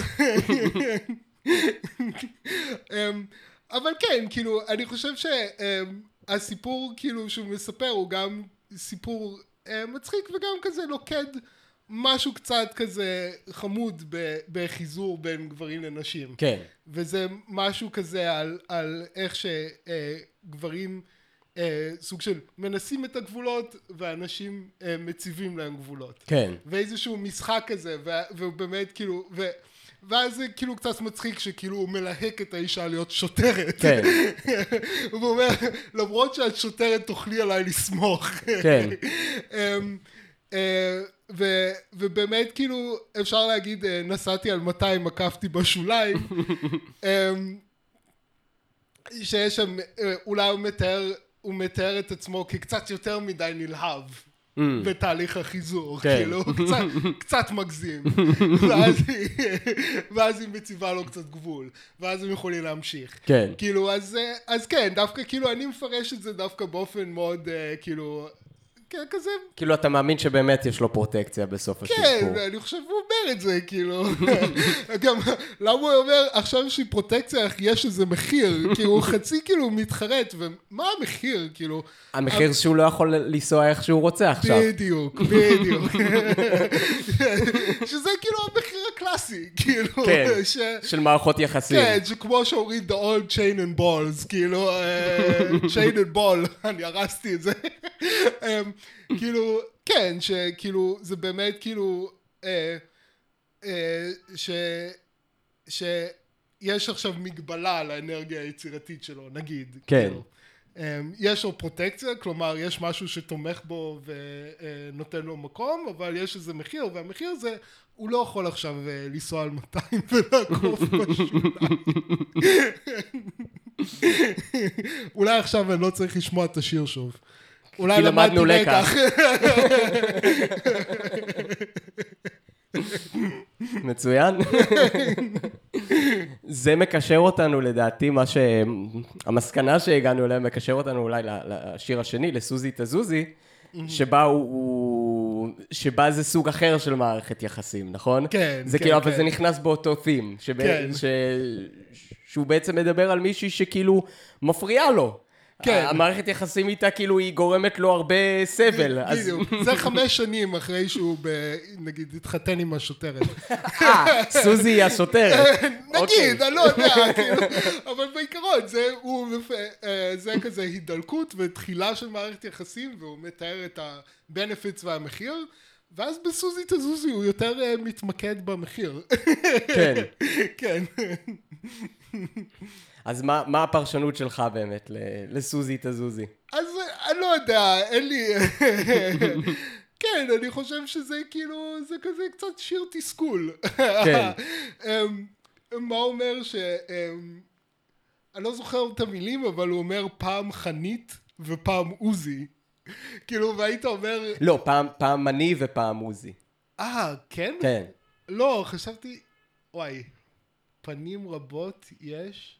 אבל כן, כאילו, אני חושב שהסיפור כאילו שהוא מספר הוא גם סיפור מצחיק וגם כזה נוקד משהו קצת כזה חמוד בחיזור בין גברים לנשים. כן. וזה משהו כזה על איך שגברים סוג של מנסים את הגבולות ואנשים מציבים להם גבולות. כן. ואיזשהו משחק כזה, והוא באמת כאילו, ואז זה כאילו קצת מצחיק שכאילו הוא מלהק את האישה להיות שוטרת. כן. הוא אומר, למרות שאת שוטרת תוכלי עליי לסמוך. כן. ובאמת כאילו אפשר להגיד נסעתי על 200 מקפתי בשוליים. שיש שם, אולי הוא מתאר את עצמו כקצת יותר מדי נלהב. בתהליך החיזור, כאילו, קצת מגזים, ואז היא מציבה לו קצת גבול, ואז הם יכולים להמשיך. כאילו, אז כן, דווקא, כאילו, אני מפרש את זה דווקא באופן מאוד, כאילו, כזה... כאילו, אתה מאמין שבאמת יש לו פרוטקציה בסוף הסיפור. כן, אני חושב הוא אומר את זה, כאילו. גם, למה הוא אומר, עכשיו שהיא פרוטקציה, יש איזה מחיר, כי הוא חצי כאילו מתחרט, ומה המחיר, כאילו? המחיר שהוא לא יכול לנסוע איך שהוא רוצה עכשיו. בדיוק. שזה כאילו המחיר הקלאסי, כאילו. כן, של מערכות יחסים. כן, שכמו שאומרים, the old chain and balls, כאילו, chain and ball, אני הרסתי את זה. כאילו, כן, שכאילו, זה באמת כאילו, שיש עכשיו מגבלה על האנרגיה היצירתית שלו, נגיד. כן. כאילו, יש לו פרוטקציה, כלומר, יש משהו שתומך בו ונותן לו מקום, אבל יש איזה מחיר, והמחיר זה, הוא לא יכול עכשיו לנסוע על 200 ולעקוף בשוליים. אולי עכשיו אני לא צריך לשמוע את השיר שוב. כי למדנו לקח. מצוין. זה מקשר אותנו לדעתי, המסקנה שהגענו אליהם מקשר אותנו אולי לשיר השני, לסוזי תזוזי, שבה זה סוג אחר של מערכת יחסים, נכון? כן. זה כאילו, אבל זה נכנס באותו תים, שהוא בעצם מדבר על מישהי שכאילו מפריעה לו. כן. המערכת יחסים איתה כאילו היא גורמת לו הרבה סבל. בדיוק, זה 5 שנים אחרי שהוא נגיד התחתן עם השוטרת. סוזי היא השוטרת. נגיד, אני לא יודע, אבל בעיקרון זה כזה הידלקות ותחילה של מערכת יחסים, והוא מתאר את ה-benefits והמחיר, ואז בסוזי תזוזי הוא יותר מתמקד במחיר. כן. כן. אז מה הפרשנות שלך באמת לסוזי תזוזי? אז אני לא יודע, אין לי... כן, אני חושב שזה כאילו, זה כזה קצת שיר תסכול. כן. מה אומר אני לא זוכר את המילים, אבל הוא אומר פעם חנית ופעם עוזי. כאילו, והיית אומר... לא, פעם אני ופעם עוזי. כן? כן. לא, חשבתי, וואי, פנים רבות יש...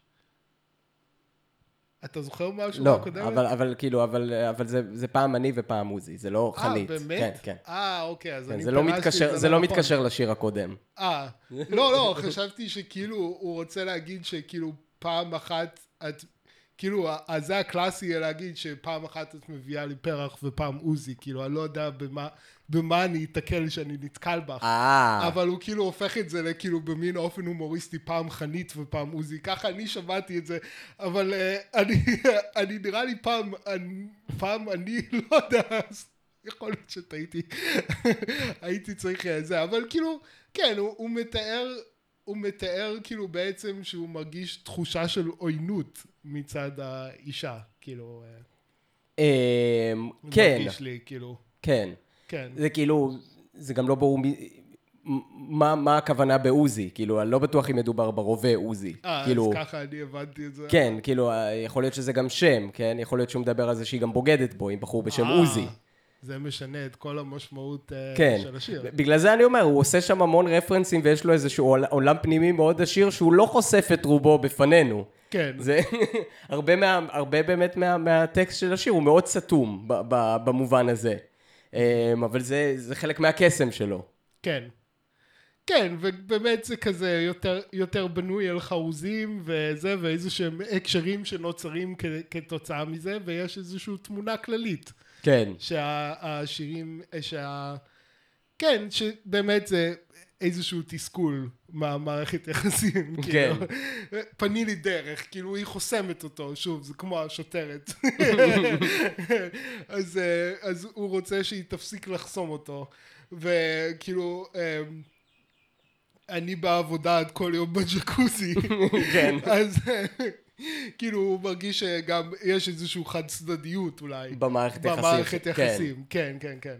אתה זוכר משהו הקודמת? לא, אבל כאילו, אבל זה פעם אני ופעם עוזי, זה לא חנית. באמת? כן. אוקיי, אז אני זה לא מתקשר לשיר הקודם. לא, חשבתי שכאילו, הוא רוצה להגיד שכאילו פעם אחת, כאילו, אז זה הקלאסי להגיד שפעם אחת את מביאה לי פרח ופעם עוזי, כאילו, אני לא יודע במה אני אתקל שאני נתקל בך. אבל הוא כאילו הופך את זה לכאילו במין אופן הומוריסטי, פעם חנית ופעם עוזי. ככה אני שמעתי את זה, אבל אני נראה לי פעם אני לא יודע, יכול להיות שטעיתי, הייתי צריך זה, אבל כאילו, כן, הוא מתאר כאילו בעצם שהוא מרגיש תחושה של עוינות מצד האישה, כאילו, כן. מרגיש לי, כאילו. כן. כן. זה כאילו, זה גם לא ברור מה הכוונה בעוזי, כאילו, אני לא בטוח אם מדובר ברובה עוזי. אז ככה אני הבנתי את זה. כן, כאילו, יכול להיות שזה גם שם, כן? יכול להיות שהוא מדבר על זה שהיא גם בוגדת בו, עם בחור בשם עוזי. זה משנה את כל המשמעות של השיר. בגלל זה אני אומר, הוא עושה שם המון רפרנסים, ויש לו איזשהו עולם פנימי מאוד עשיר, שהוא לא חושף את רובו בפנינו. כן. זה הרבה באמת מהטקסט של השיר, הוא מאוד סתום במובן הזה. אבל זה חלק מהקסם שלו. כן. כן, ובאמת זה כזה יותר בנוי על חרוזים וזה, ואיזה שהם הקשרים שנוצרים כתוצאה מזה, ויש איזושהי תמונה כללית. כן. שהשירים, כן, שבאמת זה איזשהו תסכול מהמערכת יחסים. כן. כאילו, פני לי דרך, כאילו היא חוסמת אותו, שוב, זה כמו השוטרת. אז הוא רוצה שהיא תפסיק לחסום אותו. וכאילו, אני בעבודה עד כל יום בג'קוזי. כן. אז כאילו הוא מרגיש שגם יש איזשהו חד צדדיות אולי. במערכת יחסים. כן, כן, כן.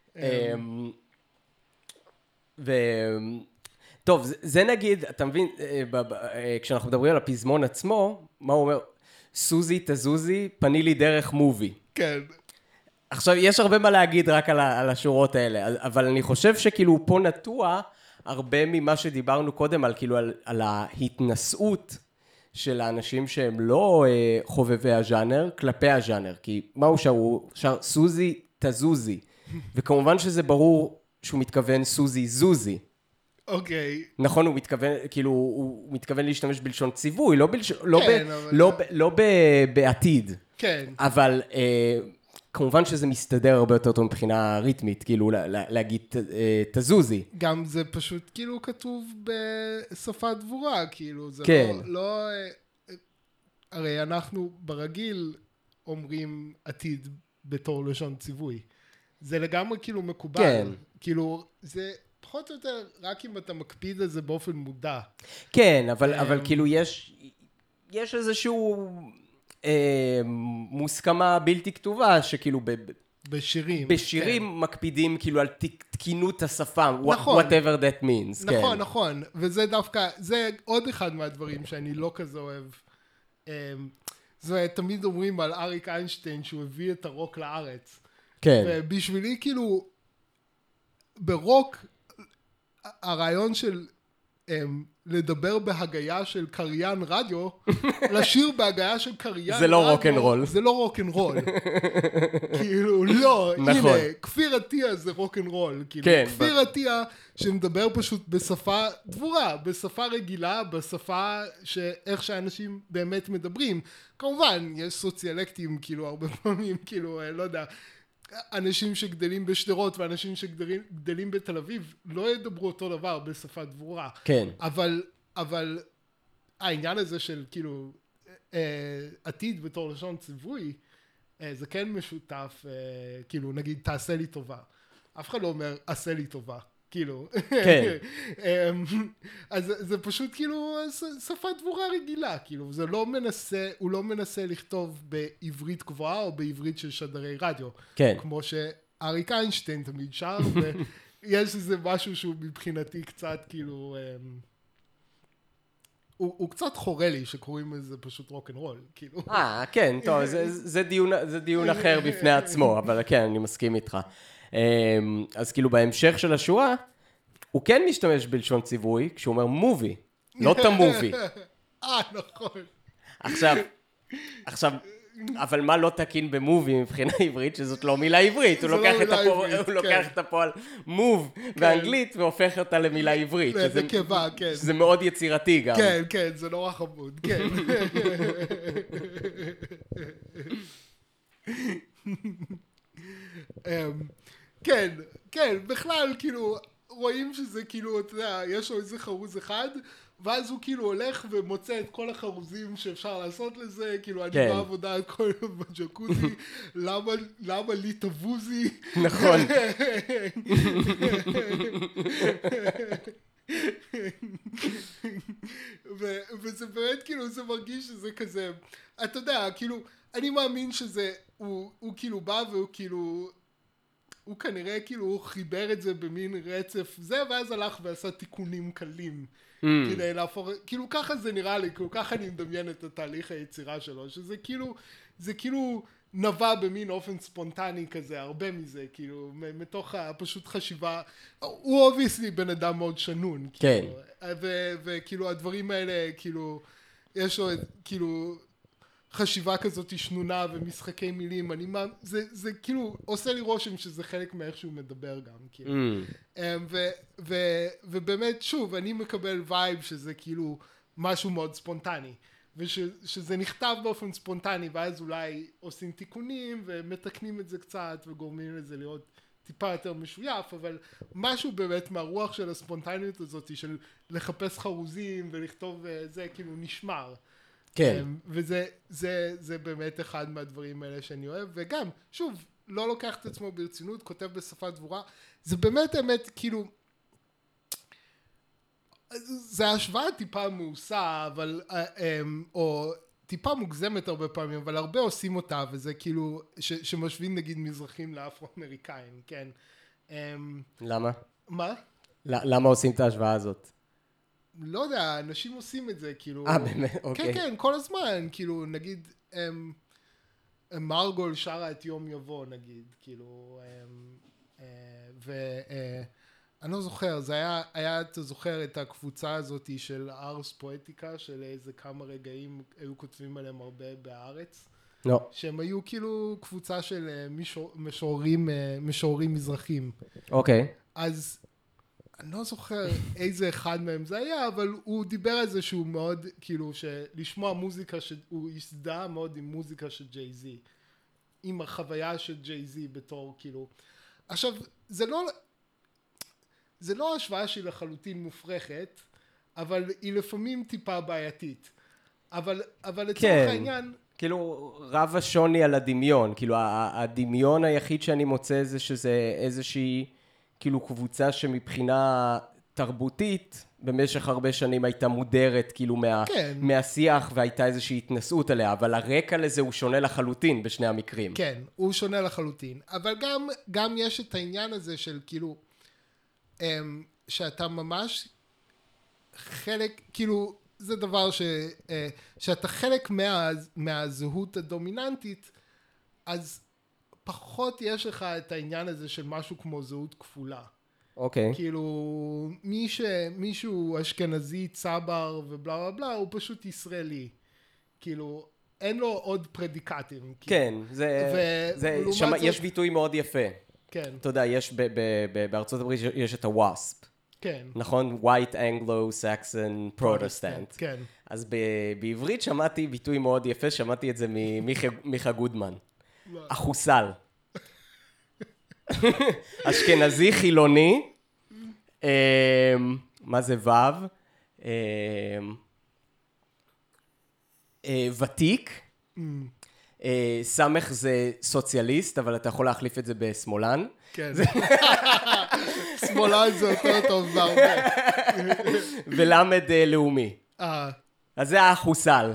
טוב, זה נגיד, אתה מבין, כשאנחנו מדברים על הפזמון עצמו, מה הוא אומר? סוזי תזוזי, פני לי דרך מובי. כן. עכשיו, יש הרבה מה להגיד רק על השורות האלה, אבל אני חושב שכאילו פה נטוע הרבה ממה שדיברנו קודם, על כאילו על ההתנסות של האנשים שהם לא חובבי הז'אנר, כלפי הז'אנר. כי מה הוא שר? הוא שר סוזי תזוזי. וכמובן שזה ברור שהוא מתכוון סוזי זוזי. אוקיי. נכון, הוא מתכוון, כאילו, הוא מתכוון להשתמש בלשון ציווי, לא בעתיד. כן. אבל כמובן שזה מסתדר הרבה יותר טוב מבחינה ריתמית, כאילו להגיד תזוזי. גם זה פשוט כאילו כתוב בשפה דבורה, כאילו זה כן. לא, הרי אנחנו ברגיל אומרים עתיד בתור לשון ציווי. זה לגמרי כאילו מקובל. כן. כאילו זה פחות או יותר רק אם אתה מקפיד על זה באופן מודע. כן, אבל כאילו יש איזשהו מוסכמה בלתי כתובה שכאילו בשירים. בשירים כן. מקפידים כאילו על תקינות השפה, נכון. whatever that means. נכון, כן. נכון. וזה דווקא, זה עוד אחד מהדברים שאני לא כזה אוהב. זה תמיד אומרים על אריק איינשטיין שהוא הביא את הרוק לארץ. כן. ובשבילי כאילו, ברוק, הרעיון של לדבר בהגייה של קריין רדיו, לשיר בהגייה של קריין רדיו, זה לא רוק אנד רול. זה לא רוק אנד רול. כאילו, לא, נכון. הנה, כפיר עטיה זה רוק אנד רול. כאילו, כן. כפיר עטיה שמדבר פשוט בשפה דבורה, בשפה רגילה, בשפה שאיך שאנשים באמת מדברים. כמובן, יש סוציאלקטים, כאילו, הרבה פעמים, כאילו, לא יודע, אנשים שגדלים בשדרות ואנשים שגדלים בתל אביב לא ידברו אותו דבר בשפה דבורה. כן. אבל העניין הזה של כאילו עתיד בתור לשון ציווי, זה כן משותף, כאילו נגיד תעשה לי טובה. אף אחד לא אומר עשה לי טובה. כאילו, כן. אז זה פשוט כאילו שפה דבורה רגילה, כאילו, זה לא מנסה, הוא לא מנסה לכתוב בעברית גבוהה או בעברית של שדרי רדיו. כן. כמו שאריק איינשטיין תמיד שר, ויש איזה משהו שהוא מבחינתי קצת כאילו, הוא קצת חורה לי שקוראים לזה פשוט רוק אנד רול, כאילו. כן, טוב, זה דיון אחר בפני עצמו, אבל כן, אני מסכים איתך. אז כאילו בהמשך של השורה, הוא כן משתמש בלשון ציווי, כשהוא אומר מובי, לא תמובי. נכון. עכשיו, אבל מה לא תקין במובי מבחינה עברית, שזאת לא מילה עברית, הוא לוקח את הפועל מוב באנגלית, והופך אותה למילה עברית. זה קבע, כן. שזה מאוד יצירתי גם. כן, כן, זה נורא חמוד, כן. כן, כן, בכלל, כאילו, רואים שזה כאילו, אתה יודע, יש לו איזה חרוז אחד, ואז הוא כאילו הולך ומוצא את כל החרוזים שאפשר לעשות לזה, כאילו, אני בעבודה את כל יום בג'קוזי, למה לי תבוזי? נכון. וזה באמת כאילו, זה מרגיש שזה כזה, אתה יודע, כאילו, אני מאמין שזה, הוא כאילו בא והוא כאילו, הוא כנראה כאילו הוא חיבר את זה במין רצף זה, ואז הלך ועשה תיקונים קלים. כדי להפוך, כאילו ככה זה נראה לי, כאילו ככה אני מדמיין את התהליך היצירה שלו, שזה כאילו, זה כאילו נבע במין אופן ספונטני כזה, הרבה מזה, כאילו, מתוך פשוט חשיבה, הוא אובייסלי בן אדם מאוד שנון. כן. וכאילו הדברים האלה, כאילו, יש לו, כאילו, חשיבה כזאת שנונה ומשחקי מילים, זה כאילו עושה לי רושם שזה חלק מאיך שהוא מדבר גם, כאילו. ובאמת, שוב, אני מקבל וייב שזה כאילו משהו מאוד ספונטני, ושזה נכתב באופן ספונטני, ואז אולי עושים תיקונים ומתקנים את זה קצת וגורמים לזה להיות טיפה יותר משויף, אבל משהו באמת מהרוח של הספונטניות הזאת, של לחפש חרוזים ולכתוב זה, כאילו נשמר. כן. וזה באמת אחד מהדברים האלה שאני אוהב, וגם, שוב, לא לוקח את עצמו ברצינות, כותב בשפה דבורה, זה באמת אמת, כאילו, זה השוואה טיפה מעושה, אבל, או טיפה מוגזמת הרבה פעמים, אבל הרבה עושים אותה, וזה כאילו, שמשווים נגיד מזרחים לאפרו-אמריקאים, כן. למה? מה? למה עושים את ההשוואה הזאת? לא יודע, אנשים עושים את זה, כאילו... באמת? אוקיי. כן, כל הזמן, כאילו, נגיד, מרגול שרה את יום יבוא, נגיד, כאילו, אני לא זוכר, זה היה, אתה זוכר את הקבוצה הזאת של ארס פואטיקה, של איזה כמה רגעים היו כותבים עליהם הרבה בארץ? לא. שהם היו כאילו קבוצה של משוררים מזרחים. אוקיי. אז אני לא זוכר איזה אחד מהם זה היה, אבל הוא דיבר על זה שהוא מאוד, כאילו, שלשמוע מוזיקה, הוא הזדהה מאוד עם מוזיקה של ג'יי-זי, עם החוויה של ג'יי-זי בתור, כאילו. עכשיו, זה לא השוואה שהיא לחלוטין מופרכת, אבל היא לפעמים טיפה בעייתית. אבל לצורך העניין... כאילו, רב השוני על הדמיון. כאילו, הדמיון היחיד שאני מוצא זה שזה איזושהי, כאילו, קבוצה שמבחינה תרבותית, במשך הרבה שנים הייתה מודרת, כאילו, מהשיח, והייתה איזושהי התנסות עליה, אבל הרקע לזה הוא שונה לחלוטין בשני המקרים. כן, הוא שונה לחלוטין. אבל גם יש את העניין הזה של, כאילו, שאתה ממש חלק, כאילו, זה דבר שאתה חלק מהזהות הדומיננטית, אז פחות יש לך את העניין הזה של משהו כמו זהות כפולה. אוקיי. כאילו, מישהו אשכנזי, צבר ובלה בלה בלה, הוא פשוט ישראלי. כאילו, אין לו עוד פרדיקטים. כן, יש ביטוי מאוד יפה. כן. אתה יודע, יש בארצות הברית יש את הוואספ. כן. נכון? White Anglo-Saxon Protestant. כן. אז בעברית שמעתי ביטוי מאוד יפה, שמעתי את זה מיכה גודמן. אחוסל. אשכנזי חילוני, מה זה וו? ותיק, סמך זה סוציאליסט, אבל אתה יכול להחליף את זה בשמאלן. כן. שמאלן זה יותר טוב בהרבה. ולמד לאומי. אז זה האחוסל.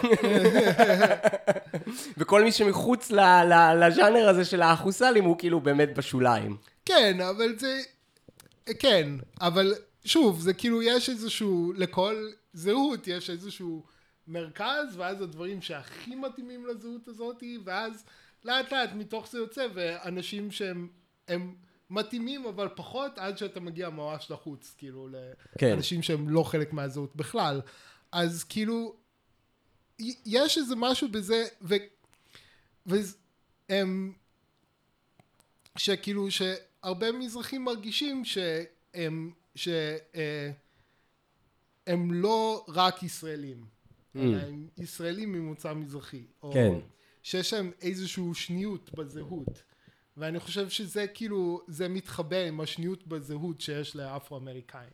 וכל מי שמחוץ לז'אנר הזה של האחוסלים הוא כאילו באמת בשוליים. כן, אבל זה... כן, אבל שוב, זה כאילו יש איזשהו... לכל זהות יש איזשהו מרכז, ואז הדברים שהכי מתאימים לזהות הזאת, ואז לאט לאט מתוך זה יוצא, ואנשים שהם מתאימים, אבל פחות עד שאתה מגיע ממש לחוץ, כאילו, לאנשים שהם לא חלק מהזהות בכלל. אז כאילו, יש איזה משהו בזה, שכאילו, שהרבה מזרחים מרגישים שהם לא רק ישראלים, אלא הם ישראלים ממוצא מזרחי. כן. שיש להם איזושהי שניות בזהות. ואני חושב שזה כאילו, זה מתחבר עם השניות בזהות שיש לאפרו-אמריקאים.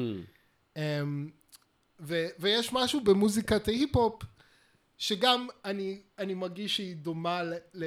ויש משהו במוזיקת ההיפ-הופ, שגם אני מרגיש שהיא דומה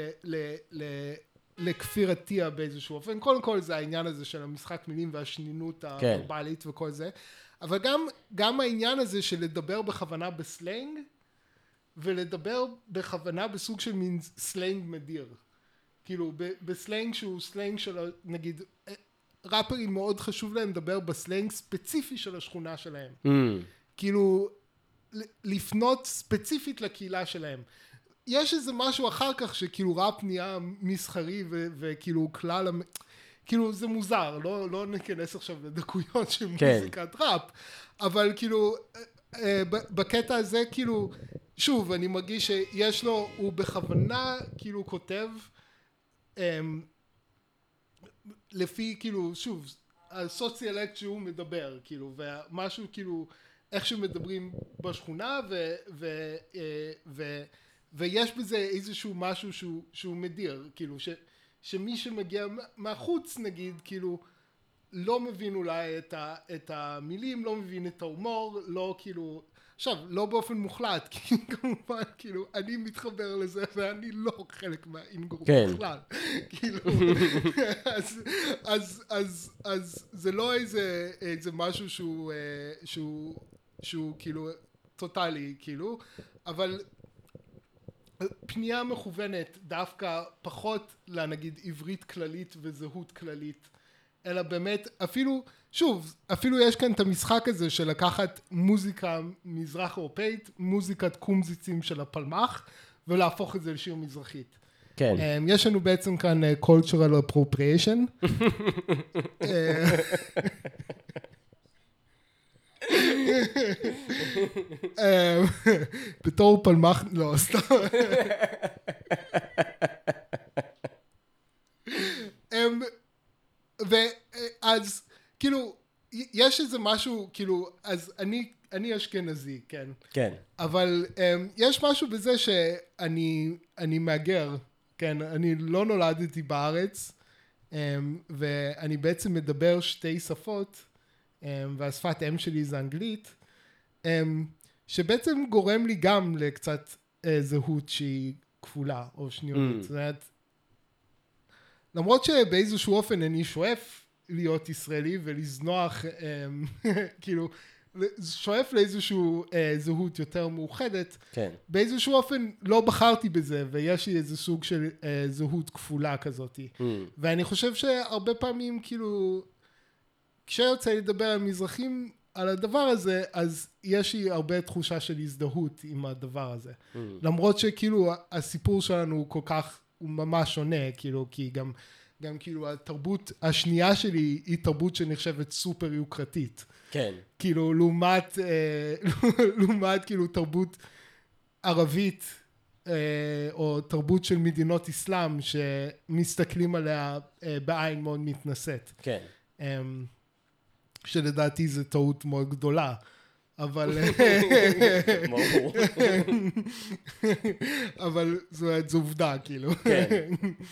לכפיר עטיה באיזשהו אופן. קודם כל זה העניין הזה של המשחק מילים והשנינות הוורבלית וכל זה. אבל גם העניין הזה של לדבר בכוונה בסלנג, ולדבר בכוונה בסוג של מין סלנג מדיר. כאילו, בסלנג שהוא סלנג של, נגיד, ראפרים מאוד חשוב להם לדבר בסלנג ספציפי של השכונה שלהם. כאילו, לפנות ספציפית לקהילה שלהם. יש איזה משהו אחר כך שכאילו ראפ נהיה מסחרי וכאילו כלל, כאילו זה מוזר, לא ניכנס עכשיו לדקויות של מוזיקת ראפ, אבל כאילו, בקטע הזה כאילו, שוב, אני מרגיש שיש לו, הוא בכוונה כאילו כותב, לפי כאילו, שוב, הסוציאלקט שהוא מדבר, כאילו, ומשהו כאילו, איך שמדברים בשכונה, ויש בזה איזשהו משהו שהוא מדיר, כאילו, שמי שמגיע מהחוץ, נגיד, כאילו, לא מבין אולי את המילים, לא מבין את ההומור, לא כאילו, עכשיו, לא באופן מוחלט, כי כמובן, כאילו, אני מתחבר לזה, ואני לא חלק מהאינגרופ בכלל. כאילו, אז זה לא איזה משהו שהוא כאילו טוטלי, כאילו, אבל פנייה מכוונת דווקא פחות לנגיד עברית כללית וזהות כללית, אלא באמת אפילו, שוב, אפילו יש כאן את המשחק הזה של לקחת מוזיקה מזרח אירופאית, מוזיקת קומזיצים של הפלמ"ח, ולהפוך את זה לשיר מזרחית. כן. יש לנו בעצם כאן cultural appropriation. בתור פלמ"ח, לא, סתם. ואז כאילו יש איזה משהו כאילו, אז אני אשכנזי, כן, כן, אבל יש משהו בזה שאני מהגר, כן, אני לא נולדתי בארץ, ואני בעצם מדבר שתי שפות, והשפת אם שלי זה אנגלית, שבעצם גורם לי גם לקצת זהות שהיא כפולה או שניונית. זאת אומרת, למרות שבאיזשהו אופן אני שואף להיות ישראלי ולזנוח, כאילו, שואף לאיזשהו זהות יותר מאוחדת, כן. באיזשהו אופן לא בחרתי בזה, ויש לי איזה סוג של זהות כפולה כזאת. ואני חושב שהרבה פעמים, כאילו, כשיוצא לדבר על מזרחים, על הדבר הזה, אז יש לי הרבה תחושה של הזדהות עם הדבר הזה. למרות שכאילו הסיפור שלנו הוא כל כך, הוא ממש שונה, כאילו, כי גם כאילו התרבות השנייה שלי היא תרבות שנחשבת סופר יוקרתית. כן. כאילו לעומת כאילו תרבות ערבית, או תרבות של מדינות אסלאם שמסתכלים עליה בעין מאוד מתנשאת. כן. שלדעתי זו טעות מאוד גדולה, אבל אבל זו עובדה, כאילו. כן.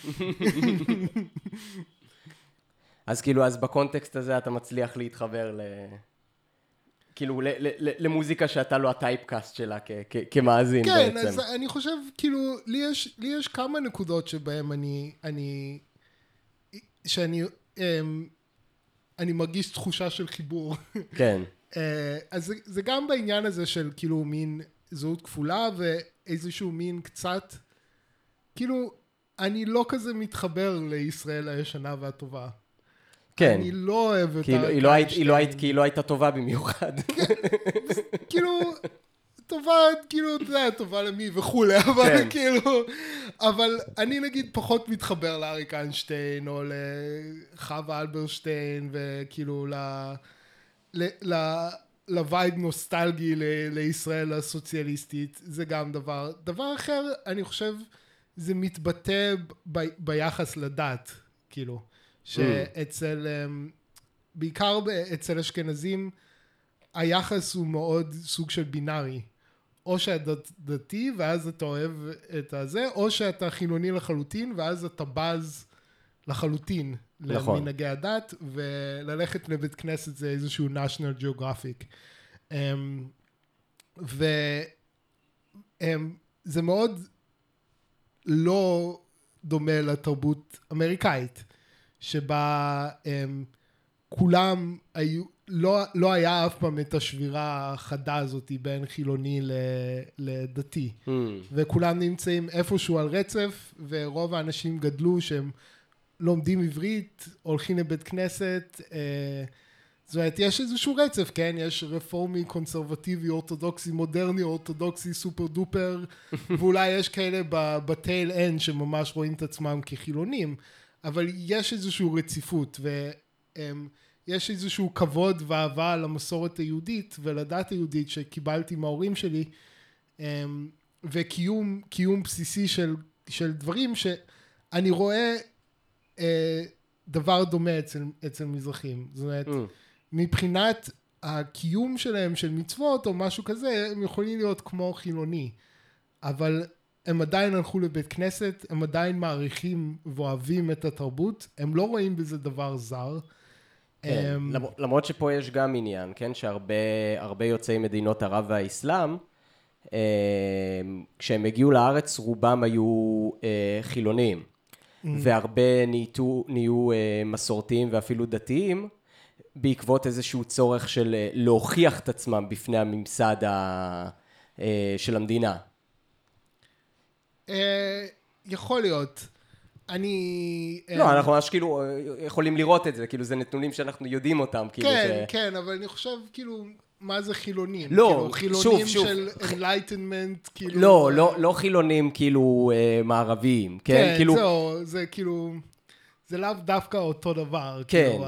אז כאילו, אז בקונטקסט הזה אתה מצליח להתחבר כאילו, למוזיקה שאתה לא הטייפקאסט שלה כמאזין בעצם. כן, אז אני חושב, כאילו, לי יש כמה נקודות שבהם אני מרגיש תחושה של חיבור. כן. אז זה גם בעניין הזה של כאילו מין זהות כפולה ואיזשהו מין קצת, כאילו אני לא כזה מתחבר לישראל הישנה והטובה. כן. אני לא אוהב את כי היא לא הייתה טובה במיוחד. כאילו, טובה, כאילו, אתה יודע, טובה למי וכולי, אבל כאילו, אבל אני נגיד פחות מתחבר לאריק איינשטיין או לחווה אלברשטיין וכאילו לווייב נוסטלגי לישראל הסוציאליסטית, זה גם דבר אחר, אני חושב, זה מתבטא ביחס לדת, כאילו, שאצל, בעיקר אצל אשכנזים, היחס הוא מאוד סוג של בינארי, או שאתה דתי ואז אתה אוהב את הזה, או שאתה חילוני לחלוטין ואז אתה בז לחלוטין למנהגי הדת, וללכת לבית כנסת זה איזשהו national geographic. וזה מאוד לא דומה לתרבות אמריקאית, שבה כולם היו, לא היה אף פעם את השבירה החדה הזאת בין חילוני לדתי. וכולם נמצאים איפשהו על רצף, ורוב האנשים גדלו שהם לומדים עברית, הולכים לבית כנסת, זאת אומרת, יש איזשהו רצף, כן? יש רפורמי, קונסרבטיבי, אורתודוקסי, מודרני, אורתודוקסי, סופר דופר, ואולי יש כאלה בטייל אין שממש רואים את עצמם כחילונים, אבל יש איזשהו רציפות, ויש איזשהו כבוד ואהבה למסורת היהודית ולדת היהודית שקיבלתי מההורים שלי, וקיום בסיסי של דברים שאני רואה דבר דומה אצל מזרחים. זאת אומרת, מבחינת הקיום שלהם של מצוות או משהו כזה, הם יכולים להיות כמו חילוני, אבל הם עדיין הלכו לבית כנסת, הם עדיין מעריכים ואוהבים את התרבות, הם לא רואים בזה דבר זר. כן, למרות שפה יש גם עניין, כן? שהרבה יוצאי מדינות ערב והאסלאם, כשהם הגיעו לארץ רובם היו חילונים, והרבה נהיו מסורתיים ואפילו דתיים, בעקבות איזשהו צורך של להוכיח את עצמם בפני הממסד של המדינה. יכול להיות. לא, אנחנו ממש כאילו יכולים לראות את זה, כאילו זה נתונים שאנחנו יודעים אותם. כן, כן, אבל אני חושב כאילו, מה זה חילונים? לא, חילונים של enlightenment, כאילו... לא חילונים כאילו מערביים, כן? כן, זהו, זה כאילו, זה לאו דווקא אותו דבר. כן.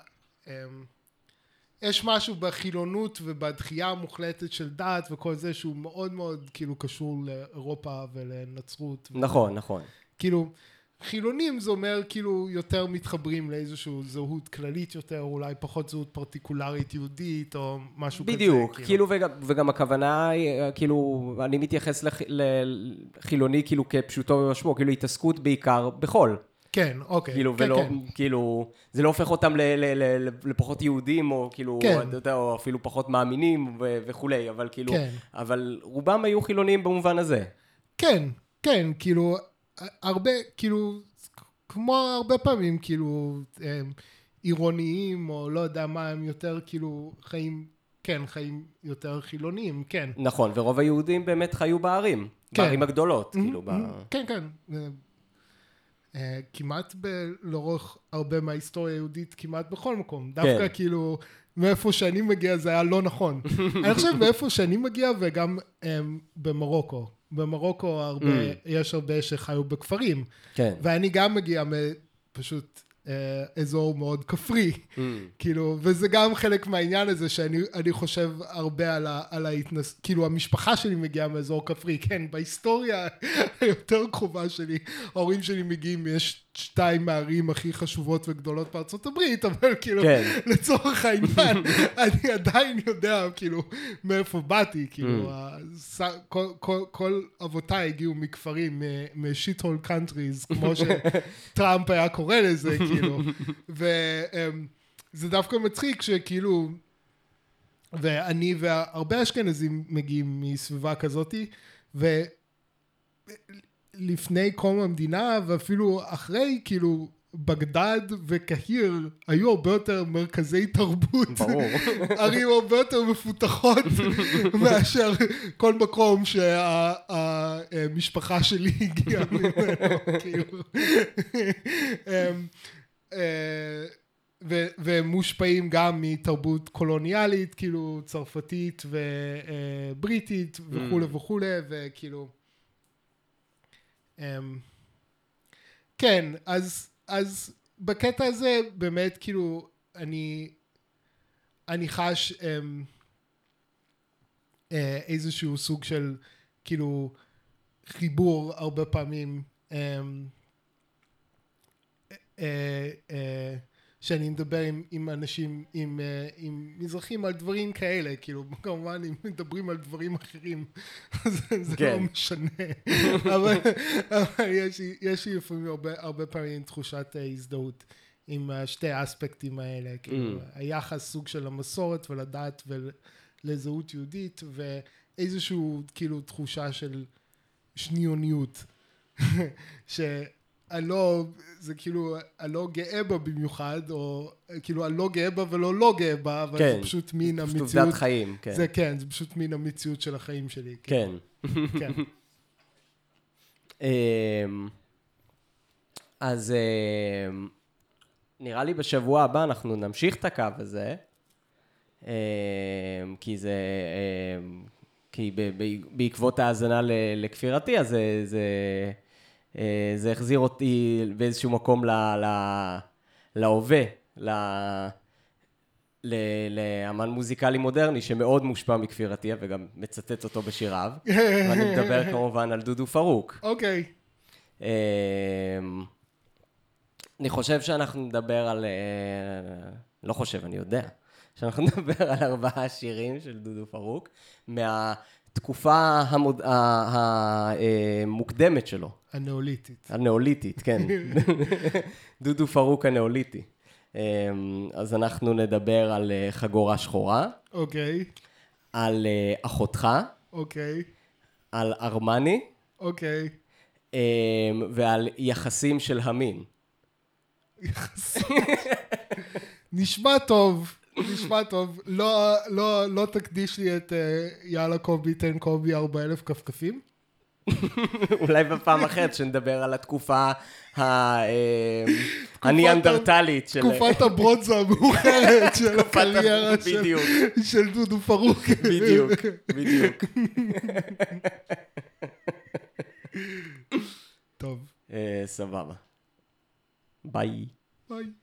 יש משהו בחילונות ובדחייה המוחלטת של דת וכל זה שהוא מאוד מאוד כאילו קשור לאירופה ולנצרות. נכון, נכון. כאילו, חילונים זה אומר כאילו יותר מתחברים לאיזושהי זהות כללית יותר, אולי פחות זהות פרטיקולרית יהודית או משהו כזה. בדיוק, כאילו וגם הכוונה, כאילו, אני מתייחס לחילוני כאילו כפשוטו ומשמעו, כאילו התעסקות בעיקר בחול. כן, אוקיי. כאילו, כן, ולא, כן. כאילו, זה לא הופך אותם לפחות יהודים, או כאילו, כן. או אפילו פחות מאמינים וכולי, אבל כאילו, כן. אבל רובם היו חילונים במובן הזה. כן, כן, כאילו, הרבה, כאילו, כמו הרבה פעמים, כאילו, עירוניים, או לא יודע מה, הם יותר, כאילו, חיים יותר חילוניים, כן. נכון, ורוב היהודים באמת חיו בערים, בערים הגדולות, כאילו. כן, כן. כמעט לאורך הרבה מההיסטוריה היהודית, כמעט בכל מקום. דווקא כאילו, מאיפה שאני מגיע זה היה לא נכון. אני חושב מאיפה שאני מגיע וגם במרוקו. במרוקו יש הרבה שחיו בכפרים. כן. ואני גם מגיע פשוט אזור מאוד כפרי. כאילו, וזה גם חלק מהעניין הזה שאני חושב הרבה על כאילו המשפחה שלי מגיעה מאזור כפרי. כן, בהיסטוריה היותר קרובה שלי, ההורים שלי מגיעים, יש 2 מהערים הכי חשובות וגדולות בארצות הברית, אבל כאילו, לצורך העניין, אני עדיין יודע, כאילו, מאיפה באתי, כאילו, כל אבותיי הגיעו מכפרים, משיט-הול קאנטריז, כמו שטראמפ היה קורא לזה, כאילו, וזה דווקא מצחיק שכאילו, ואני והרבה אשכנזים מגיעים מסביבה כזאתי, לפני קום המדינה ואפילו אחרי, כאילו, בגדד וקהיר היו הרבה יותר מרכזי תרבות. ברור. ערים הרבה יותר מפותחות מאשר כל מקום שהמשפחה שלי הגיעה ממנו, כאילו. והם מושפעים גם מתרבות קולוניאלית, כאילו צרפתית ובריטית וכו' וכו', וכאילו... כן, אז בקטע הזה באמת כאילו אני חש איזשהו סוג של כאילו חיבור הרבה פעמים שאני מדבר עם אנשים, עם מזרחים על דברים כאלה, כאילו, כמובן, אם מדברים על דברים אחרים, זה לא משנה. אבל יש לי לפעמים הרבה פעמים תחושת הזדהות עם שתי האספקטים האלה, כאילו, היחס סוג של המסורת ולדת ולזהות יהודית, ואיזשהו, כאילו, תחושה של שניוניות, זה כאילו, אני לא גאה בה במיוחד, או כאילו, אני לא גאה בה ולא לא גאה בה, אבל זה פשוט מין המציאות. פשוט עובדת חיים, כן. זה כן, זה פשוט מין המציאות של החיים שלי. כן. כן. אז נראה לי בשבוע הבא אנחנו נמשיך את הקו הזה, כי בעקבות ההאזנה לכפירתי, אז זה החזיר אותי באיזשהו מקום להווה, לאמן מוזיקלי מודרני שמאוד מושפע מכפיר עטיה וגם מצטט אותו בשיריו. ואני מדבר כמובן על דודו פרוק. אוקיי. אני חושב שאנחנו נדבר על... לא חושב, אני יודע. שאנחנו נדבר על 4 שירים של דודו פרוק, מהתקופה המוקדמת שלו. הנאוליתית. הנאוליתית, כן. דודו פרוק הנאוליטי. אז אנחנו נדבר על חגורה שחורה. אוקיי. על אחותך. אוקיי. על ארמני. אוקיי. ועל יחסים של המין. נשמע טוב. נשמע טוב. לא תקדיש לי את יאללה קובי, תן קובי 4,000 כפכפים? אולי בפעם אחרת שנדבר על התקופה הניאנדרטלית של... תקופת הברונזה המאוחרת של הקריירה של דודו פרוק. בדיוק, בדיוק. טוב. סבבה. ביי. ביי.